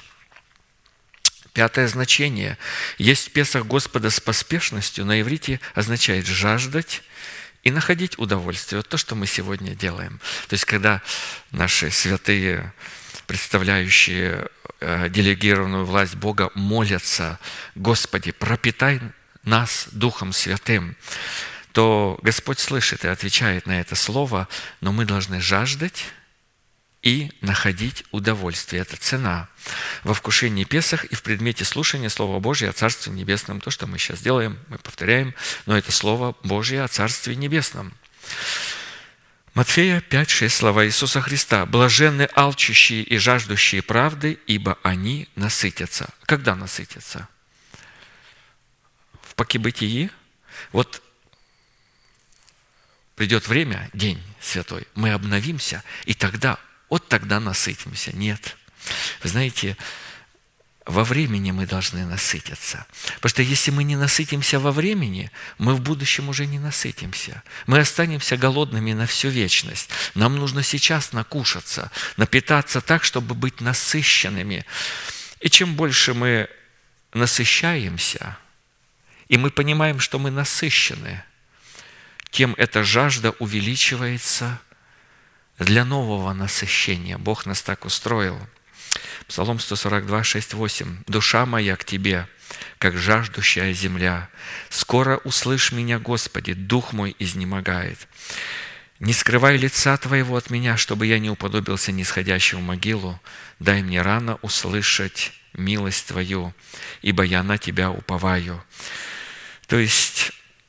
5 значение. Есть Песах Господа с поспешностью, на иврите означает жаждать и находить удовольствие. Вот то, что мы сегодня делаем. То есть, когда наши святые, представляющие делегированную власть Бога, молятся: «Господи, пропитай нас Духом Святым», то Господь слышит и отвечает на это слово, но мы должны жаждать и находить удовольствие. Это цена во вкушении Песах и в предмете слушания Слова Божия о Царстве Небесном. То, что мы сейчас делаем, мы повторяем, но это Слово Божие о Царстве Небесном. Матфея 5:6, слова Иисуса Христа. «Блаженны алчущие и жаждущие правды, ибо они насытятся». Когда насытятся? В покибытии. Вот придет время, день святой, мы обновимся, и тогда насытимся. Нет. Вы знаете, во времени мы должны насытиться. Потому что если мы не насытимся во времени, мы в будущем уже не насытимся. Мы останемся голодными на всю вечность. Нам нужно сейчас накушаться, напитаться так, чтобы быть насыщенными. И чем больше мы насыщаемся, и мы понимаем, что мы насыщены, тем эта жажда увеличивается для нового насыщения. Бог нас так устроил. Псалом 142, 6, 8. «Душа моя к Тебе, как жаждущая земля. Скоро услышь меня, Господи, дух мой изнемогает. Не скрывай лица Твоего от меня, чтобы я не уподобился нисходящему в могилу. Дай мне рано услышать милость Твою, ибо я на Тебя уповаю». То есть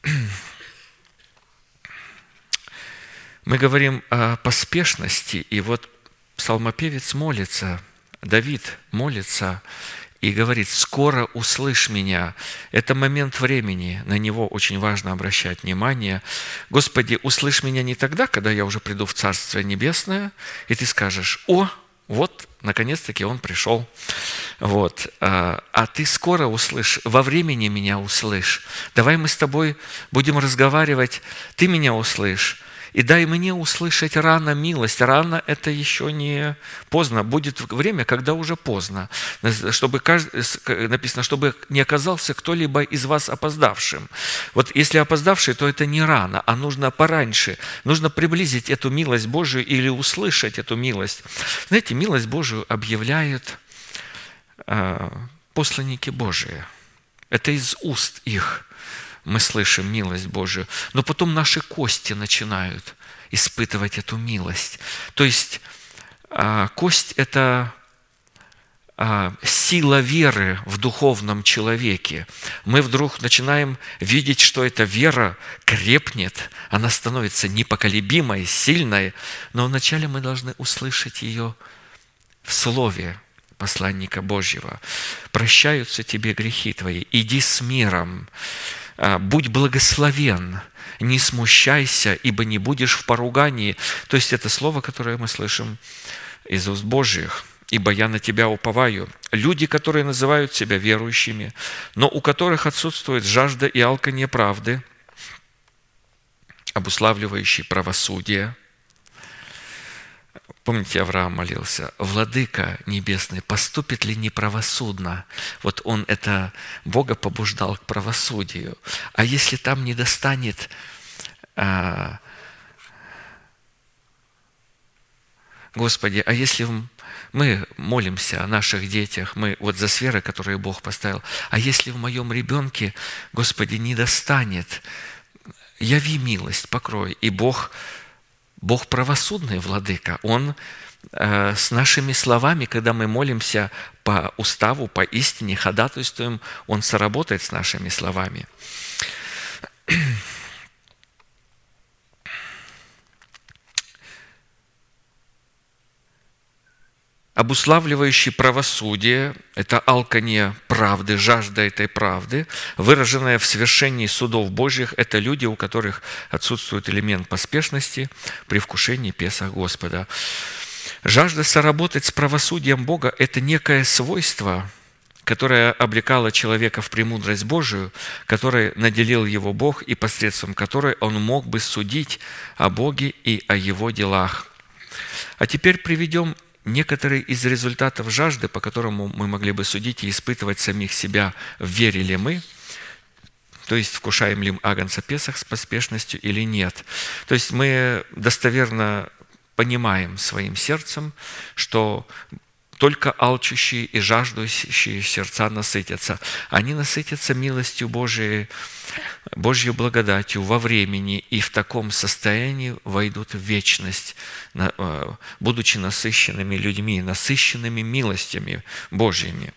мы говорим о поспешности, и вот псалмопевец молится, Давид молится и говорит: «Скоро услышь меня». Это момент времени, на него очень важно обращать внимание. Господи, услышь меня не тогда, когда я уже приду в Царствие Небесное, и ты скажешь: «О, вот, наконец-таки он пришел». Вот. А ты скоро услышь, во времени меня услышь. Давай мы с тобой будем разговаривать, ты меня услышь. И дай мне услышать рано милость. Рано – это еще не поздно. Будет время, когда уже поздно. Чтобы написано, чтобы не оказался кто-либо из вас опоздавшим. Вот если опоздавший, то это не рано, а нужно пораньше. Нужно приблизить эту милость Божию или услышать эту милость. Знаете, милость Божию объявляют посланники Божии. Это из уст их мы слышим милость Божию, но потом наши кости начинают испытывать эту милость. То есть кость – это сила веры в духовном человеке. Мы вдруг начинаем видеть, что эта вера крепнет, она становится непоколебимой, сильной, но вначале мы должны услышать ее в слове посланника Божьего. «Прощаются тебе грехи твои, иди с миром». «Будь благословен, не смущайся, ибо не будешь в поругании». То есть это слово, которое мы слышим из уст Божьих. «Ибо я на тебя уповаю». Люди, которые называют себя верующими, но у которых отсутствует жажда и алканье правды, обуславливающие правосудие. Помните, Авраам молился: «Владыка небесный, поступит ли неправосудно?» Вот он это Бога побуждал к правосудию. А если там не достанет Господи, а если мы молимся о наших детях, мы вот за сферы, которые Бог поставил, а если в моем ребенке, Господи, не достанет, яви милость, покрой, и Бог правосудный, Владыка. Он с нашими словами, когда мы молимся по уставу, по истине, ходатайствуем, Он соработает с нашими словами. Обуславливающий правосудие – это алканье правды, жажда этой правды, выраженная в свершении судов Божьих – это люди, у которых отсутствует элемент поспешности при вкушении Песах Господа. Жажда соработать с правосудием Бога – это некое свойство, которое облекало человека в премудрость Божию, которой наделил его Бог и посредством которой он мог бы судить о Боге и о Его делах. А теперь приведем некоторые из результатов жажды, по которому мы могли бы судить и испытывать самих себя, вере ли мы, то есть вкушаем ли агнца Песах с поспешностью или нет. То есть мы достоверно понимаем своим сердцем, что только алчущие и жаждущие сердца насытятся. Они насытятся милостью Божией, Божьей благодатью во времени, и в таком состоянии войдут в вечность, будучи насыщенными людьми, насыщенными милостями Божьими.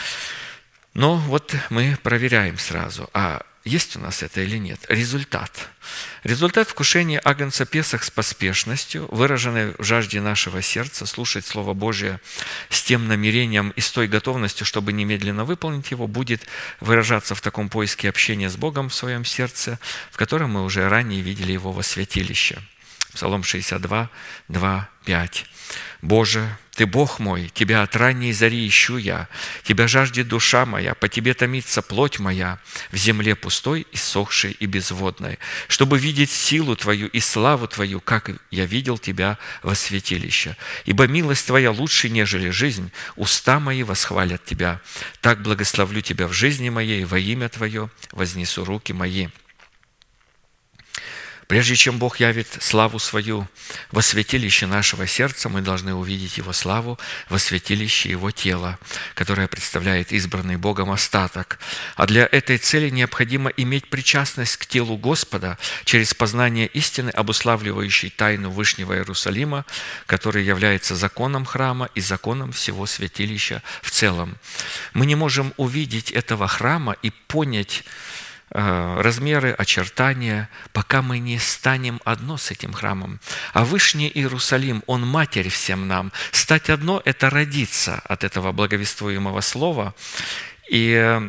Но вот мы проверяем сразу, а есть у нас это или нет. Результат. Результат вкушения агнца Песах с поспешностью, выраженной в жажде нашего сердца, слушать Слово Божие с тем намерением и с той готовностью, чтобы немедленно выполнить его, будет выражаться в таком поиске общения с Богом в своем сердце, в котором мы уже ранее видели его во святилище. Псалом 62, 2, 5. «Боже, Ты Бог мой, Тебя от ранней зари ищу я, Тебя жаждет душа моя, по Тебе томится плоть моя, в земле пустой, иссохшей и безводной, чтобы видеть силу Твою и славу Твою, как я видел Тебя во святилище. Ибо милость Твоя лучше, нежели жизнь, уста мои восхвалят Тебя. Так благословлю Тебя в жизни моей, во имя Твое вознесу руки мои». Прежде чем Бог явит славу свою во святилище нашего сердца, мы должны увидеть Его славу во святилище Его тела, которое представляет избранный Богом остаток. А для этой цели необходимо иметь причастность к телу Господа через познание истины, обуславливающей тайну Вышнего Иерусалима, который является законом храма и законом всего святилища в целом. Мы не можем увидеть этого храма и понять размеры, очертания, пока мы не станем одно с этим храмом. А Вышний Иерусалим, Он матерь всем нам. Стать одно – это родиться от этого благовествуемого слова. И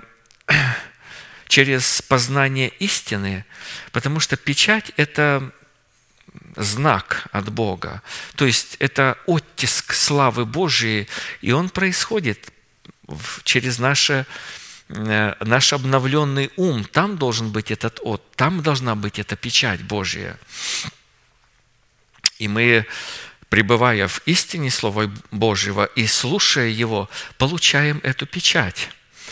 через познание истины, потому что печать – это знак от Бога. То есть это оттиск славы Божией, и он происходит через наш обновленный ум. Там должен быть там должна быть эта печать Божья. И мы, пребывая в истине Слова Божьего и слушая Его, получаем эту печать.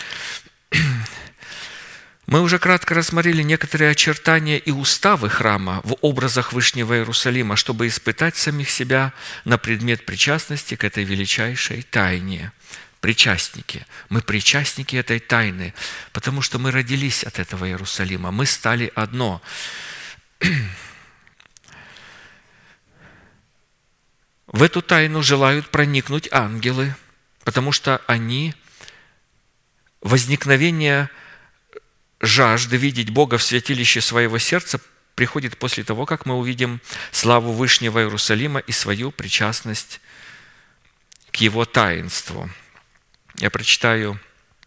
Мы уже кратко рассмотрели некоторые очертания и уставы храма в образах Вышнего Иерусалима, чтобы испытать самих себя на предмет причастности к этой величайшей тайне. Причастники. Мы причастники этой тайны, потому что мы родились от этого Иерусалима. Мы стали одно. В эту тайну желают проникнуть ангелы, потому что возникновение жажды видеть Бога в святилище своего сердца приходит после того, как мы увидим славу Вышнего Иерусалима и свою причастность к Его таинству. Я прочитаю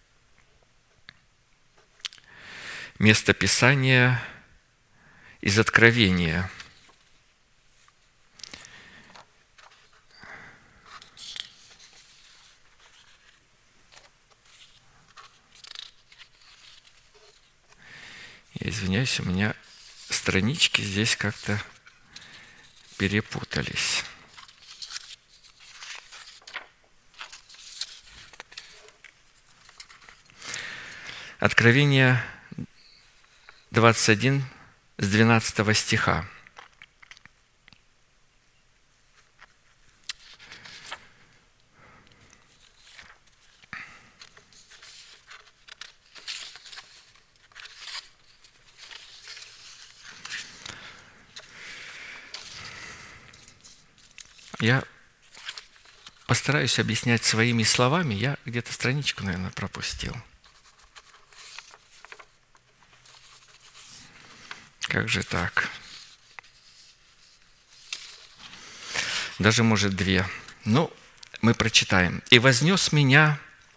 место Писания из Откровения. Я извиняюсь, у меня странички здесь как-то перепутались. Откровение 21 с 12 стиха. Я постараюсь объяснять своими словами. Я где-то страничку, наверное, пропустил. Как же так? Даже, может, 2. Мы прочитаем. «И вознес меня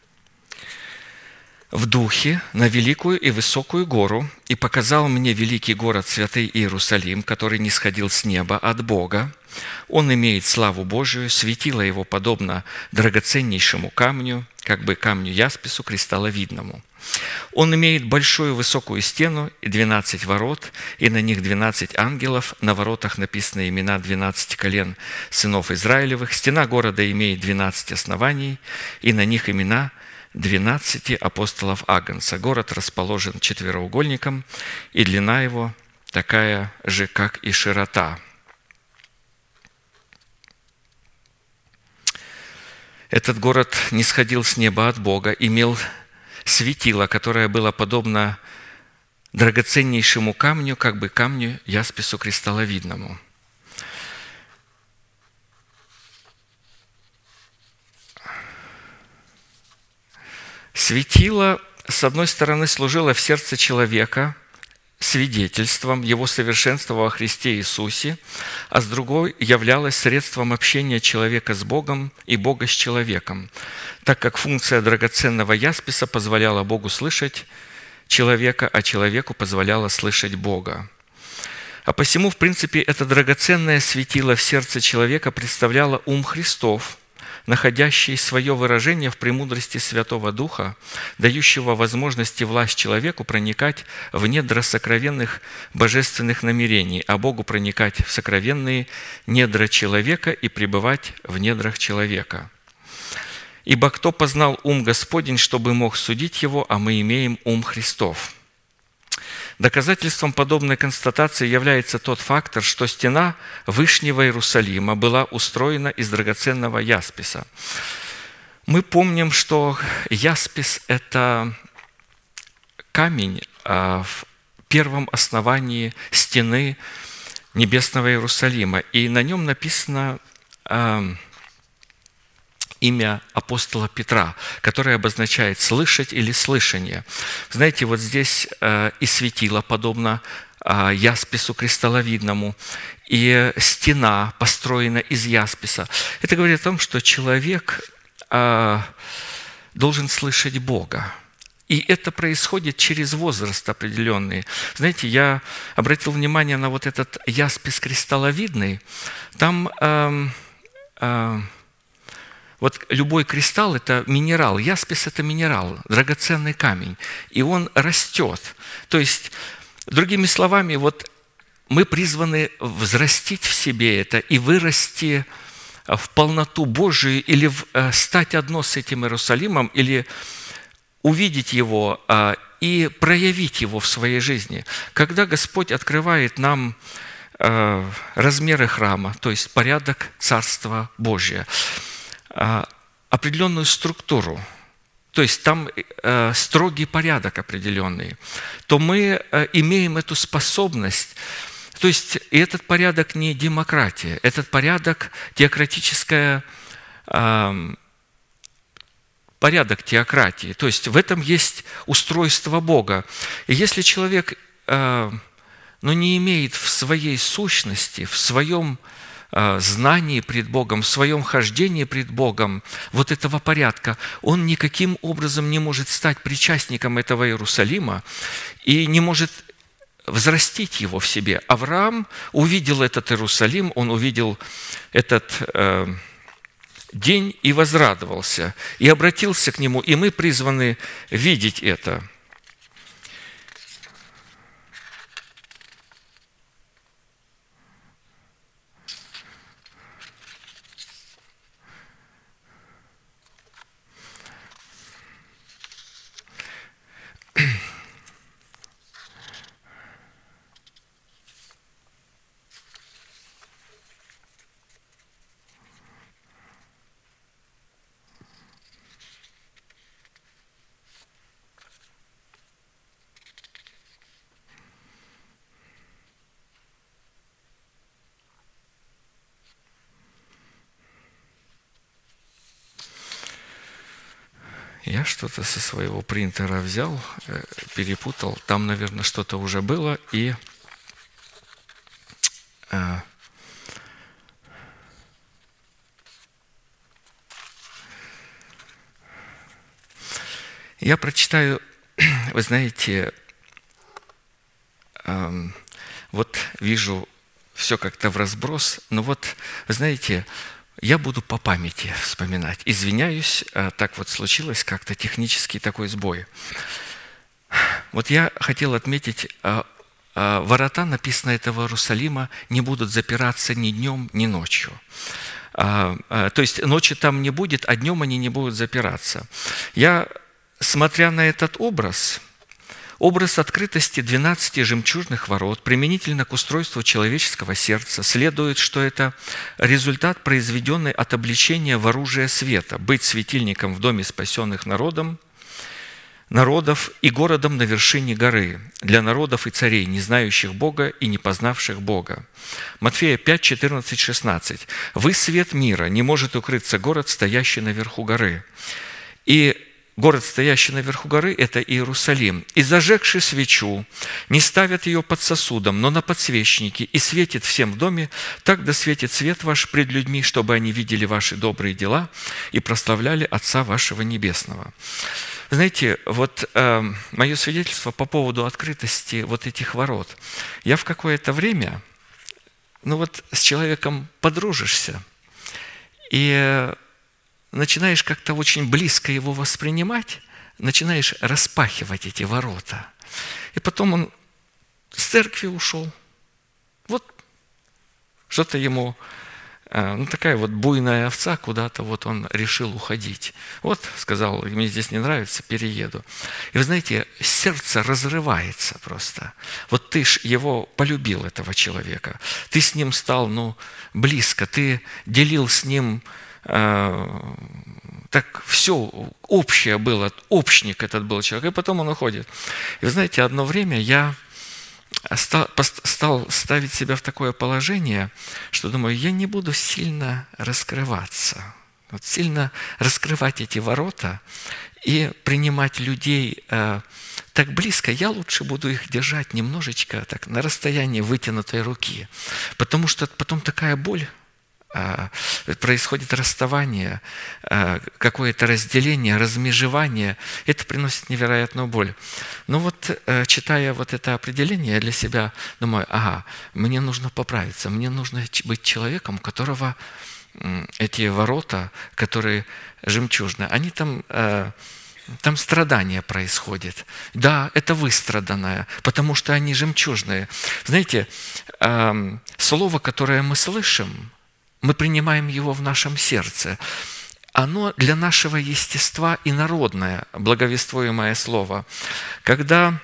в духе на великую и высокую гору, и показал мне великий город, святый Иерусалим, который нисходил с неба от Бога. Он имеет славу Божию, светило его подобно драгоценнейшему камню, как бы камню яспису кристалловидному. Он имеет большую высокую стену и 12 ворот, и на них 12 ангелов. На воротах написаны имена 12 колен сынов Израилевых. Стена города имеет 12 оснований, и на них имена 12 апостолов Агнца. Город расположен четвероугольником, и длина его такая же, как и широта». Этот город нисходил с неба от Бога, имел светило, которое было подобно драгоценнейшему камню, как бы камню яспису кристалловидному. Светило, с одной стороны, служило в сердце человека свидетельством его совершенства во Христе Иисусе, а с другой являлось средством общения человека с Богом и Бога с человеком, так как функция драгоценного ясписа позволяла Богу слышать человека, а человеку позволяла слышать Бога. А посему, в принципе, это драгоценное светило в сердце человека представляло ум Христов, находящий свое выражение в премудрости Святого Духа, дающего возможность и власть человеку проникать в недра сокровенных божественных намерений, а Богу проникать в сокровенные недра человека и пребывать в недрах человека. «Ибо кто познал ум Господень, чтобы мог судить его, а мы имеем ум Христов». Доказательством подобной констатации является тот фактор, что стена Вышнего Иерусалима была устроена из драгоценного ясписа. Мы помним, что яспис – это камень в первом основании стены Небесного Иерусалима, и на нем написано имя апостола Петра, которое обозначает «слышать» или «слышание». Знаете, вот здесь и светило подобно яспису кристалловидному, и стена построена из ясписа. Это говорит о том, что человек должен слышать Бога. И это происходит через возраст определенный. Знаете, я обратил внимание на вот этот яспис кристалловидный. Там вот любой кристалл – это минерал, яспис – это минерал, драгоценный камень, и он растет. То есть, другими словами, вот мы призваны взрастить в себе это и вырасти в полноту Божию или стать одно с этим Иерусалимом, или увидеть его и проявить его в своей жизни. Когда Господь открывает нам размеры храма, то есть порядок Царства Божия, определенную структуру, то есть там строгий порядок определенный, то мы имеем эту способность. То есть и этот порядок не демократия, этот порядок теократическая, порядок теократии. То есть в этом есть устройство Бога. И если человек не имеет в своей сущности, в своем знании пред Богом, в своем хождении пред Богом вот этого порядка, он никаким образом не может стать причастником этого Иерусалима и не может взрастить его в себе. Авраам увидел этот Иерусалим, он увидел этот день и возрадовался, и обратился к нему, и мы призваны видеть это. Я что-то со своего принтера взял, перепутал. Там, наверное, что-то уже было. И я прочитаю, вы знаете, вот вижу все как-то вразброс, но вот, знаете, я буду по памяти вспоминать. Извиняюсь, так вот случилось как-то технический такой сбой. Вот я хотел отметить, ворота, написано этого Иерусалима, не будут запираться ни днем, ни ночью. То есть ночи там не будет, а днем они не будут запираться. Я, смотря на этот образ открытости 12 жемчужных ворот применительно к устройству человеческого сердца следует, что это результат, произведенный от облечения в оружие света, быть светильником в доме спасенных народов и городом на вершине горы, для народов и царей, не знающих Бога и не познавших Бога. Матфея 5, 14, 16. «Вы свет мира, не может укрыться город, стоящий наверху горы». И город, стоящий наверху горы, это Иерусалим. «И зажегши свечу, не ставят ее под сосудом, но на подсвечнике, и светит всем в доме, так да светит свет ваш пред людьми, чтобы они видели ваши добрые дела и прославляли Отца вашего Небесного». Знаете, вот мое свидетельство по поводу открытости вот этих ворот. Я в какое-то время, с человеком подружишься, и начинаешь как-то очень близко его воспринимать, начинаешь распахивать эти ворота. И потом он с церкви ушел. Вот что-то ему такая вот буйная овца, куда-то вот он решил уходить. Вот, сказал, мне здесь не нравится, перееду. И вы знаете, сердце разрывается просто. Вот ты ж его полюбил, этого человека. Ты с ним стал, близко. Ты делил с ним, так все общее было, общник этот был человек. И потом он уходит. И вы знаете, одно время я стал ставить себя в такое положение, что думаю, я не буду сильно раскрываться, сильно раскрывать эти ворота и принимать людей так близко. Я лучше буду их держать немножечко так на расстоянии вытянутой руки, потому что потом такая боль, происходит расставание, какое-то разделение, размежевание, это приносит невероятную боль. Но вот, читая вот это определение, я для себя думаю, мне нужно поправиться, мне нужно быть человеком, у которого эти ворота, которые жемчужные, они там страдание происходит. Да, это выстраданное, потому что они жемчужные. Знаете, слово, которое мы слышим, мы принимаем его в нашем сердце. Оно для нашего естества инородное, благовествуемое слово. Когда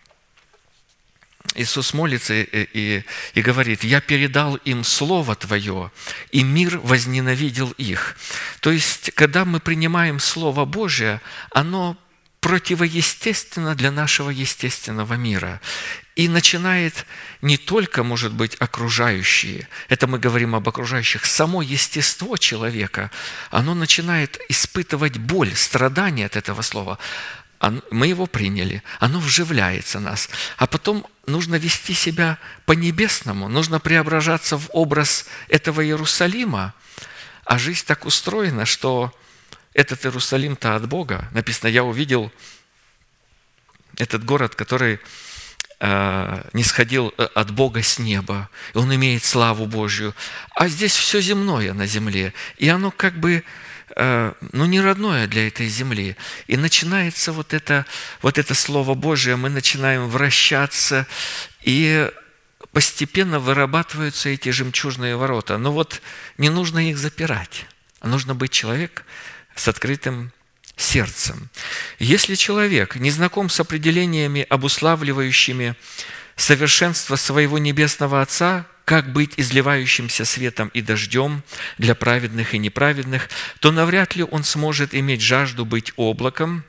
Иисус молится и говорит, «Я передал им Слово Твое, и мир возненавидел их». То есть, когда мы принимаем Слово Божие, оно противоестественно для нашего естественного мира. И начинает не только, может быть, окружающие, это мы говорим об окружающих, само естество человека, оно начинает испытывать боль, страдания от этого слова. Мы его приняли, оно вживляется в нас. А потом нужно вести себя по-небесному, нужно преображаться в образ этого Иерусалима, а жизнь так устроена, что этот Иерусалим-то от Бога. Написано, я увидел этот город, который не сходил от Бога с неба, и он имеет славу Божью. А здесь все земное на земле, и оно как бы не родное для этой земли. И начинается вот это Слово Божие, мы начинаем вращаться, и постепенно вырабатываются эти жемчужные ворота. Но вот не нужно их запирать, а нужно быть человеком с открытым сердцем. Если человек не знаком с определениями, обуславливающими совершенство своего Небесного Отца, как быть изливающимся светом и дождем для праведных и неправедных, то навряд ли он сможет иметь жажду быть облаком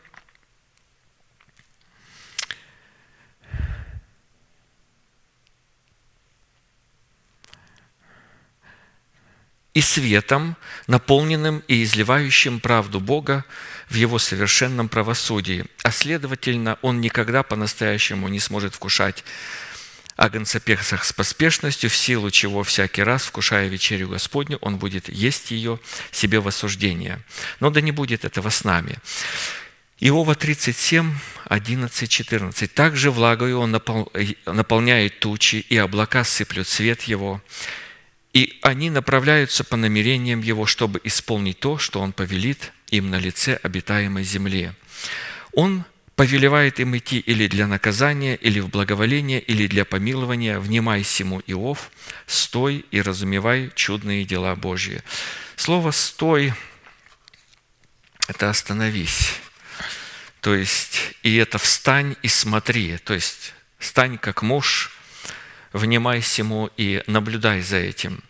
и светом, наполненным и изливающим правду Бога в Его совершенном правосудии. А следовательно, он никогда по-настоящему не сможет вкушать агнца Песах с поспешностью, в силу чего всякий раз, вкушая вечерю Господню, он будет есть ее себе в осуждение. Но да не будет этого с нами. Иова 37, 11, 14. «Также влагою он наполняет тучи, и облака сыплют свет его, и они направляются по намерениям Его, чтобы исполнить то, что Он повелит им на лице обитаемой земле. Он повелевает им идти или для наказания, или в благоволение, или для помилования. Внимай сему, Иов, стой и разумевай чудные дела Божьи». Слово «стой» – это «остановись». То есть, и это «встань и смотри». То есть, «стань как муж», внимай сему и наблюдай за этим.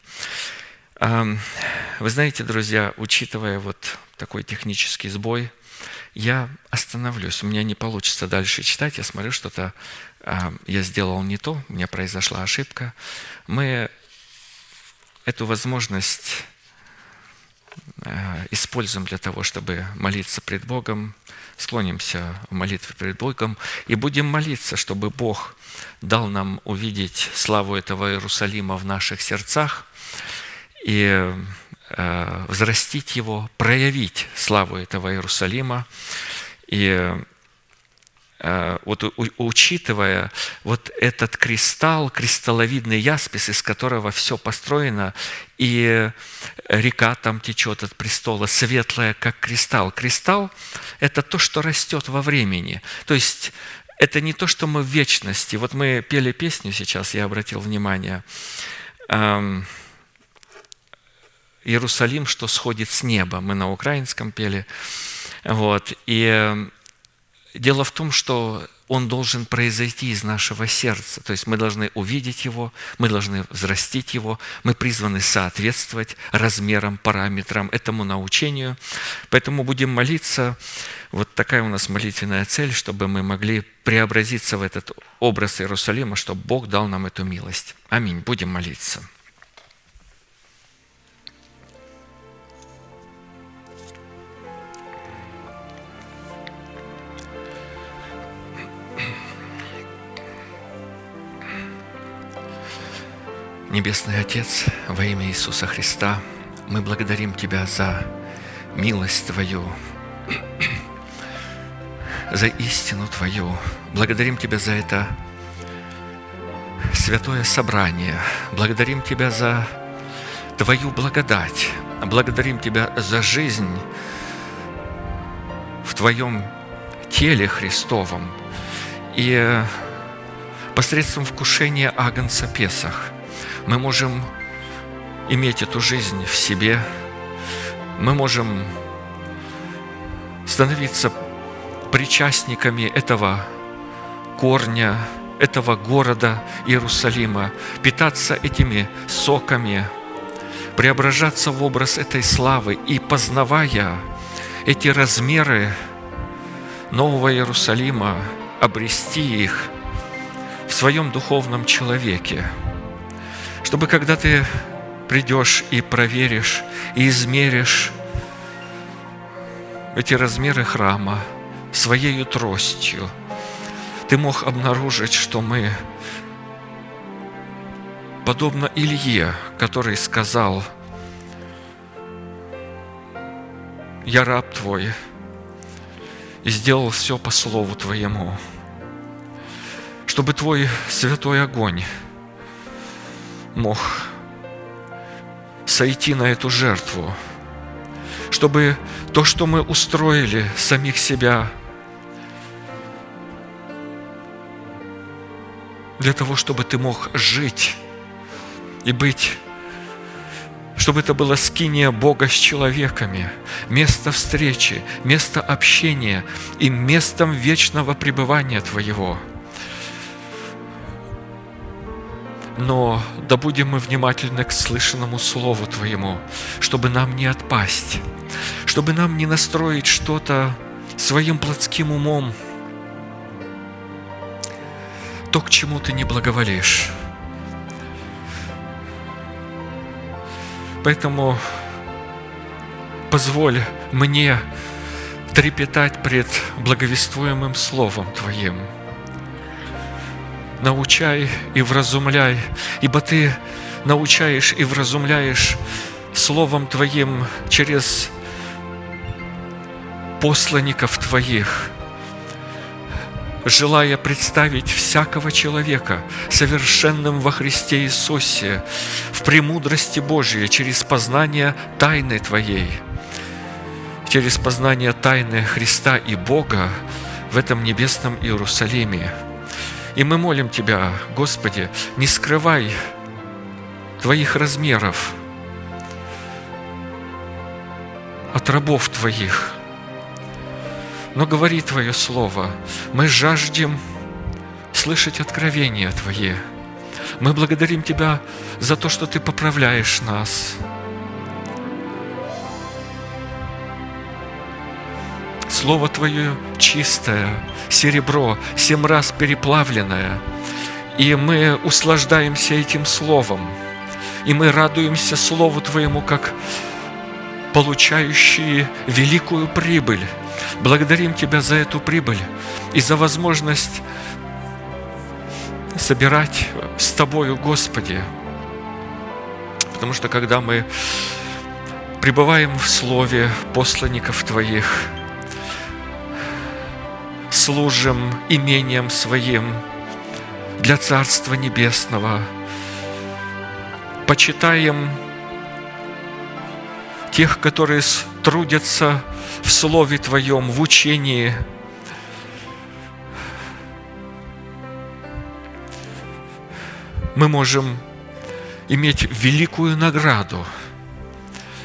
Вы знаете, друзья, учитывая вот такой технический сбой, я остановлюсь. У меня не получится дальше читать. Я смотрю, что-то я сделал не то, у меня произошла ошибка. Мы эту возможность используем для того, чтобы молиться пред Богом, склонимся в молитве пред Богом и будем молиться, чтобы Бог дал нам увидеть славу этого Иерусалима в наших сердцах и взрастить его, проявить славу этого Иерусалима. И вот учитывая вот этот кристалл, кристалловидный яспис, из которого все построено, и река там течет от престола, светлая, как кристалл. Кристалл – это то, что растет во времени. То есть это не то, что мы в вечности. Вот мы пели песню сейчас, я обратил внимание. Иерусалим, что сходит с неба. Мы на украинском пели. Вот. И дело в том, что он должен произойти из нашего сердца. То есть мы должны увидеть его, мы должны взрастить его, мы призваны соответствовать размерам, параметрам этому научению. Поэтому будем молиться. Вот такая у нас молитвенная цель, чтобы мы могли преобразиться в этот образ Иерусалима, чтобы Бог дал нам эту милость. Аминь. Будем молиться. Небесный Отец, во имя Иисуса Христа, мы благодарим Тебя за милость Твою, за истину Твою. Благодарим Тебя за это святое собрание. Благодарим Тебя за Твою благодать. Благодарим Тебя за жизнь в Твоем теле Христовом и посредством вкушения Агнца Песах мы можем иметь эту жизнь в себе, мы можем становиться причастниками этого корня, этого города Иерусалима, питаться этими соками, преображаться в образ этой славы и, познавая эти размеры Нового Иерусалима, обрести их в своем духовном человеке, чтобы когда ты придешь и проверишь, и измеришь эти размеры храма своей тростью, ты мог обнаружить, что мы, подобно Илье, который сказал: «Я раб Твой, и сделал все по слову Твоему», чтобы Твой святой огонь мог сойти на эту жертву, чтобы то, что мы устроили самих себя, для того, чтобы Ты мог жить и быть, чтобы это была скиния Бога с человеками, место встречи, место общения и местом вечного пребывания Твоего. Но да будем мы внимательны к слышанному Слову Твоему, чтобы нам не отпасть, чтобы нам не настроить что-то своим плотским умом, то, к чему Ты не благоволишь. Поэтому позволь мне трепетать пред благовествуемым Словом Твоим. Научай и вразумляй, ибо Ты научаешь и вразумляешь Словом Твоим через посланников Твоих, желая представить всякого человека совершенным во Христе Иисусе, в премудрости Божией, через познание тайны Твоей, через познание тайны Христа и Бога в этом небесном Иерусалиме. И мы молим Тебя, Господи, не скрывай Твоих размеров от рабов Твоих, но говори Твое Слово. Мы жаждем слышать откровения Твои. Мы благодарим Тебя за то, что Ты поправляешь нас. Слово Твое чистое, серебро, 7 раз переплавленное. И мы услаждаемся этим Словом. И мы радуемся Слову Твоему, как получающие великую прибыль. Благодарим Тебя за эту прибыль и за возможность собирать с Тобою, Господи. Потому что когда мы пребываем в Слове посланников Твоих, служим имением Своим для Царства Небесного, почитаем тех, которые трудятся в Слове Твоем, в учении, мы можем иметь великую награду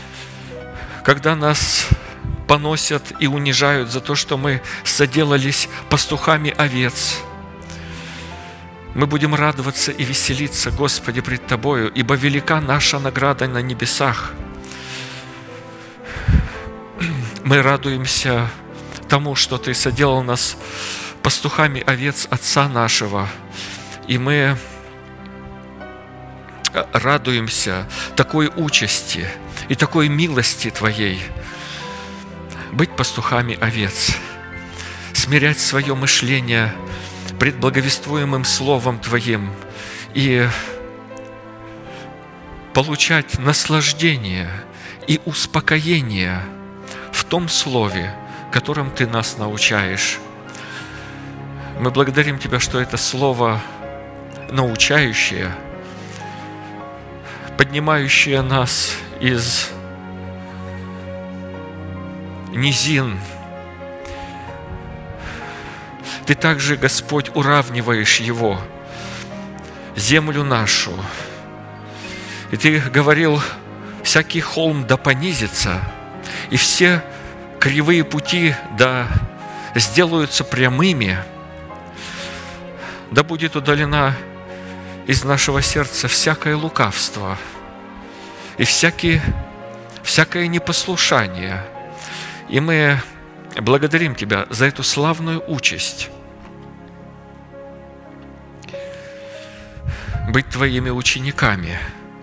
когда нас поносят и унижают за то, что мы соделались пастухами овец, мы будем радоваться и веселиться, Господи, пред Тобою, ибо велика наша награда на небесах. Мы радуемся тому, что Ты соделал нас пастухами овец Отца нашего, и мы радуемся такой участи и такой милости Твоей, быть пастухами овец, смирять свое мышление пред благовествуемым Словом Твоим и получать наслаждение и успокоение в том Слове, которым Ты нас научаешь. Мы благодарим Тебя, что это Слово научающее, поднимающее нас из низин. Ты также, Господь, уравниваешь его, землю нашу. И Ты говорил, всякий холм да понизится, и все кривые пути да сделаются прямыми, да будет удалена из нашего сердца всякое лукавство и всякое непослушание. И мы благодарим Тебя за эту славную участь быть Твоими учениками.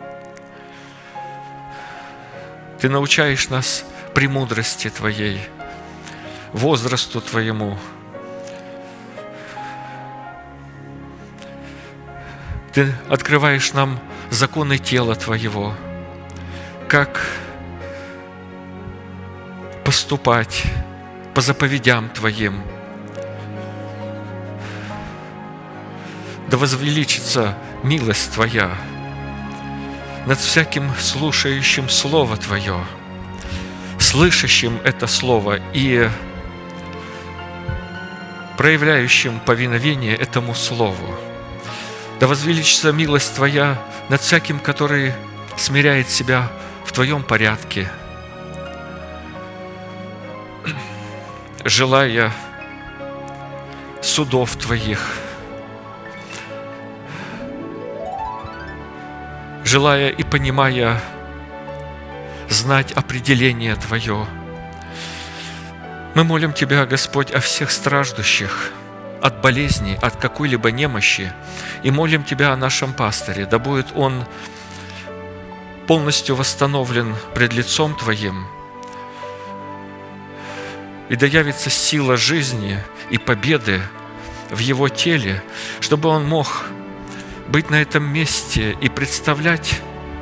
Ты научаешь нас премудрости Твоей, возрасту Твоему. Ты открываешь нам законы тела Твоего, как поступать по заповедям Твоим. Да возвеличится милость Твоя над всяким слушающим Слово Твое, слышащим это Слово и проявляющим повиновение этому Слову. Да возвеличится милость Твоя над всяким, который смиряет себя в Твоем порядке, желая судов Твоих, желая и понимая, знать определение Твое. Мы молим Тебя, Господь, о всех страждущих от болезни, от какой-либо немощи, и молим Тебя о нашем пасторе, да будет он полностью восстановлен пред лицом Твоим, и да явится сила жизни и победы в его теле, чтобы он мог быть на этом месте и представлять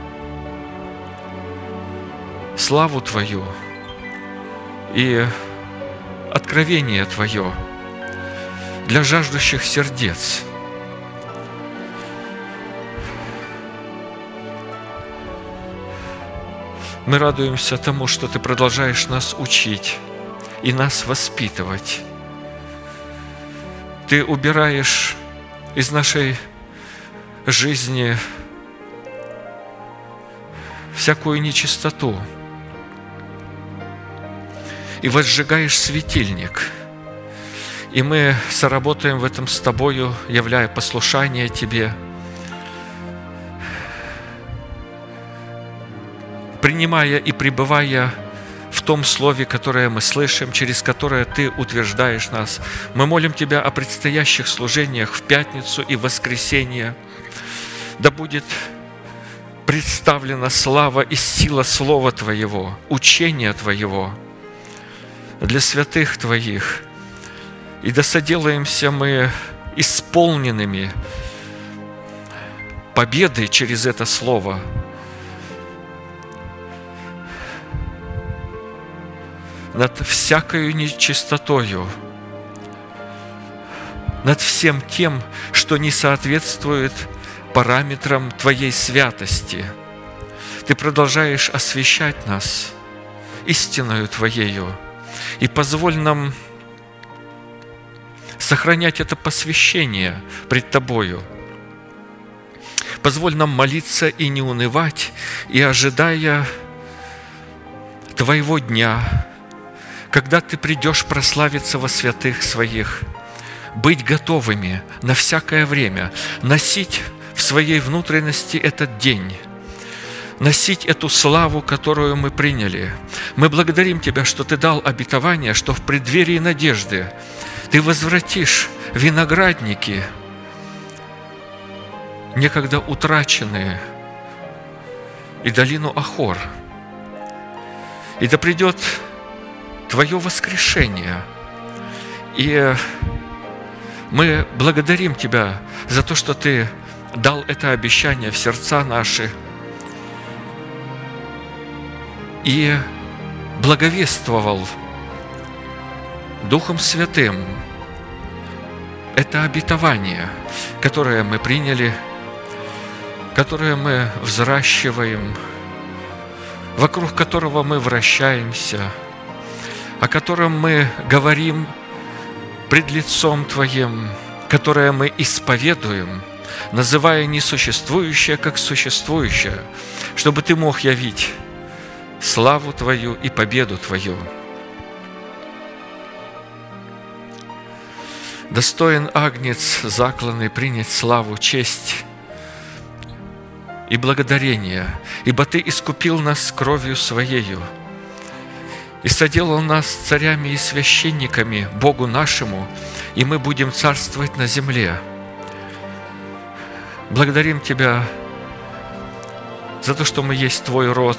славу Твою и откровение Твое для жаждущих сердец. Мы радуемся тому, что Ты продолжаешь нас учить и нас воспитывать. Ты убираешь из нашей жизни всякую нечистоту и возжигаешь светильник. И мы соработаем в этом с Тобою, являя послушание Тебе, принимая и пребывая в том Слове, которое мы слышим, через которое Ты утверждаешь нас. Мы молим Тебя о предстоящих служениях в пятницу и в воскресенье. Да будет представлена слава и сила Слова Твоего, учения Твоего для святых Твоих. И да соделаемся мы исполненными победы через это Слово. Над всякою нечистотою, над всем тем, что не соответствует параметрам Твоей святости. Ты продолжаешь освящать нас истиною Твоею, и позволь нам сохранять это посвящение пред Тобою. Позволь нам молиться и не унывать, и ожидая Твоего дня, когда Ты придешь прославиться во святых Своих, быть готовыми на всякое время, носить в своей внутренности этот день, носить эту славу, которую мы приняли. Мы благодарим Тебя, что Ты дал обетование, что в преддверии надежды Ты возвратишь виноградники, некогда утраченные, и долину Ахор. И да придет Твое воскрешение. И мы благодарим Тебя за то, что Ты дал это обещание в сердца наши и благовествовал Духом Святым это обетование, которое мы приняли, которое мы взращиваем, вокруг которого мы вращаемся, о котором мы говорим пред лицом Твоим, которое мы исповедуем, называя несуществующее как существующее, чтобы Ты мог явить славу Твою и победу Твою. Достоин Агнец закланный принять славу, честь и благодарение, ибо Ты искупил нас кровью Своею и соделал нас царями и священниками Богу нашему, и мы будем царствовать на земле. Благодарим Тебя за то, что мы есть Твой род.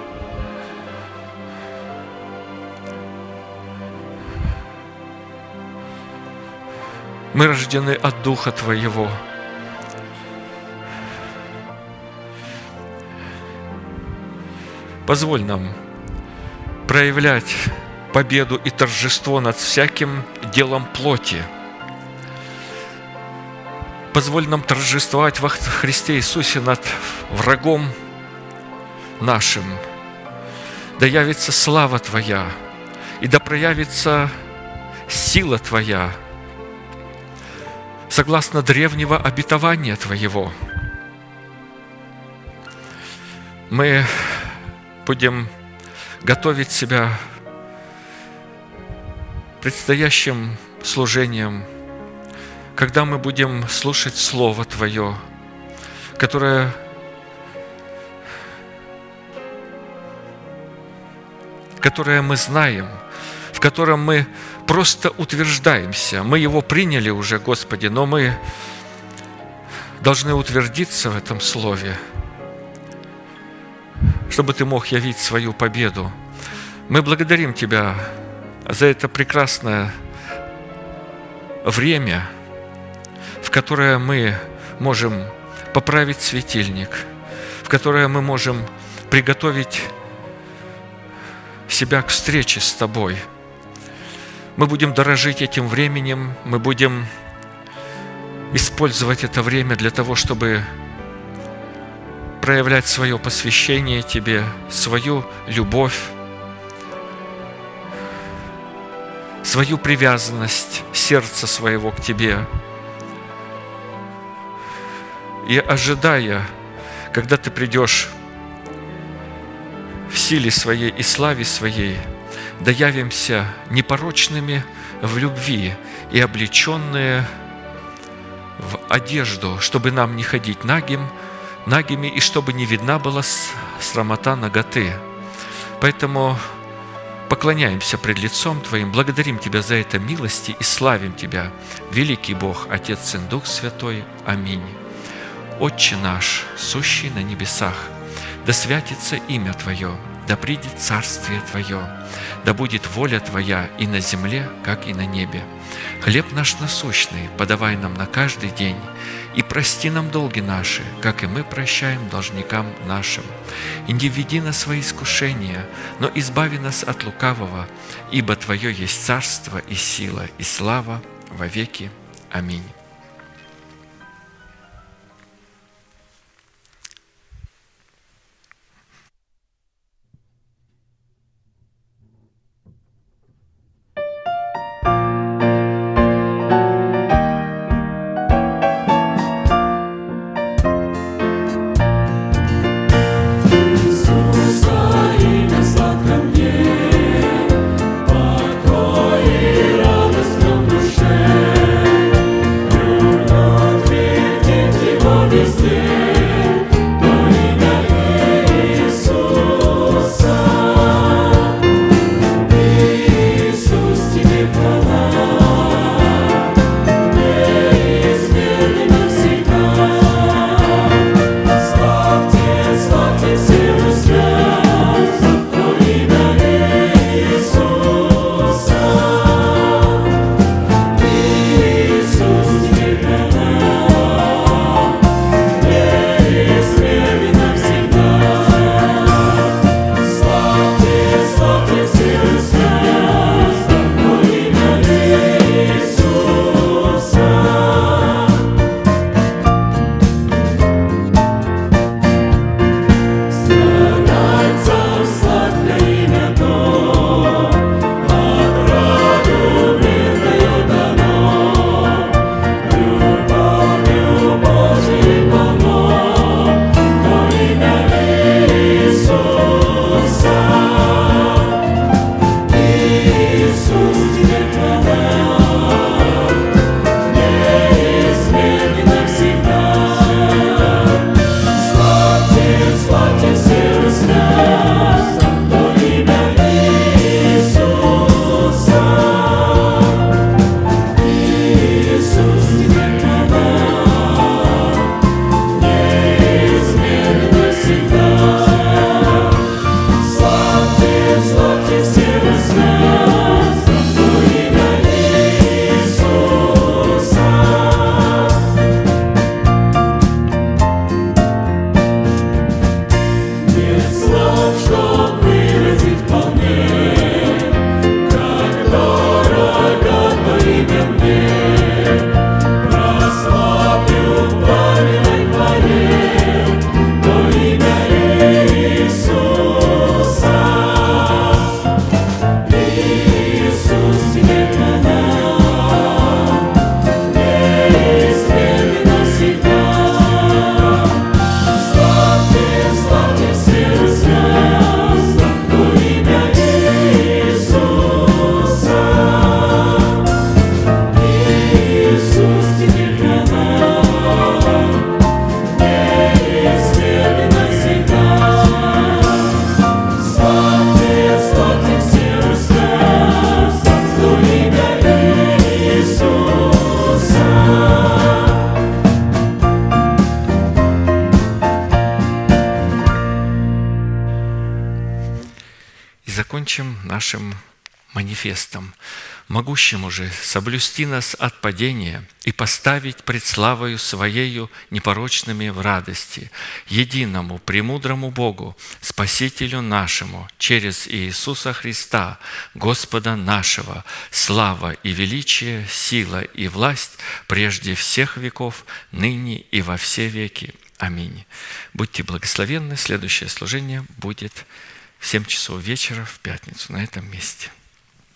Мы рождены от Духа Твоего. Позволь нам проявлять победу и торжество над всяким делом плоти. Позволь нам торжествовать во Христе Иисусе над врагом нашим. Да явится слава Твоя, и да проявится сила Твоя, согласно древнего обетования Твоего. Мы будем готовить себя предстоящим служением, когда мы будем слушать Слово Твое, которое мы знаем, в котором мы просто утверждаемся. Мы его приняли уже, Господи, но мы должны утвердиться в этом Слове, чтобы Ты мог явить свою победу. Мы благодарим Тебя за это прекрасное время, в которое мы можем поправить светильник, в которое мы можем приготовить себя к встрече с Тобой. Мы будем дорожить этим временем, мы будем использовать это время для того, чтобы проявлять свое посвящение Тебе, свою любовь, свою привязанность сердца своего к Тебе. И ожидая, когда Ты придешь в силе Своей и славе Своей, да явимся непорочными в любви и облеченные в одежду, чтобы нам не ходить нагими, и чтобы не видна была срамота наготы. Поэтому поклоняемся пред лицом Твоим, благодарим Тебя за это милости и славим Тебя, великий Бог, Отец, Сын, Дух Святой. Аминь. Отче наш, сущий на небесах, да святится имя Твое, да придет царствие Твое, да будет воля Твоя и на земле, как и на небе. Хлеб наш насущный подавай нам на каждый день, и прости нам долги наши, как и мы прощаем должникам нашим. И не введи нас во искушение, но избави нас от лукавого, ибо Твое есть царство и сила и слава во веки. Аминь. Иисуса имя сладко мне, закончим нашим манифестом. «Могущему же соблюсти нас от падения и поставить пред славою Своею непорочными в радости, единому, премудрому Богу, Спасителю нашему, через Иисуса Христа, Господа нашего, слава и величие, сила и власть прежде всех веков, ныне и во все веки. Аминь». Будьте благословенны. Следующее служение будет в 7 часов вечера в пятницу на этом месте.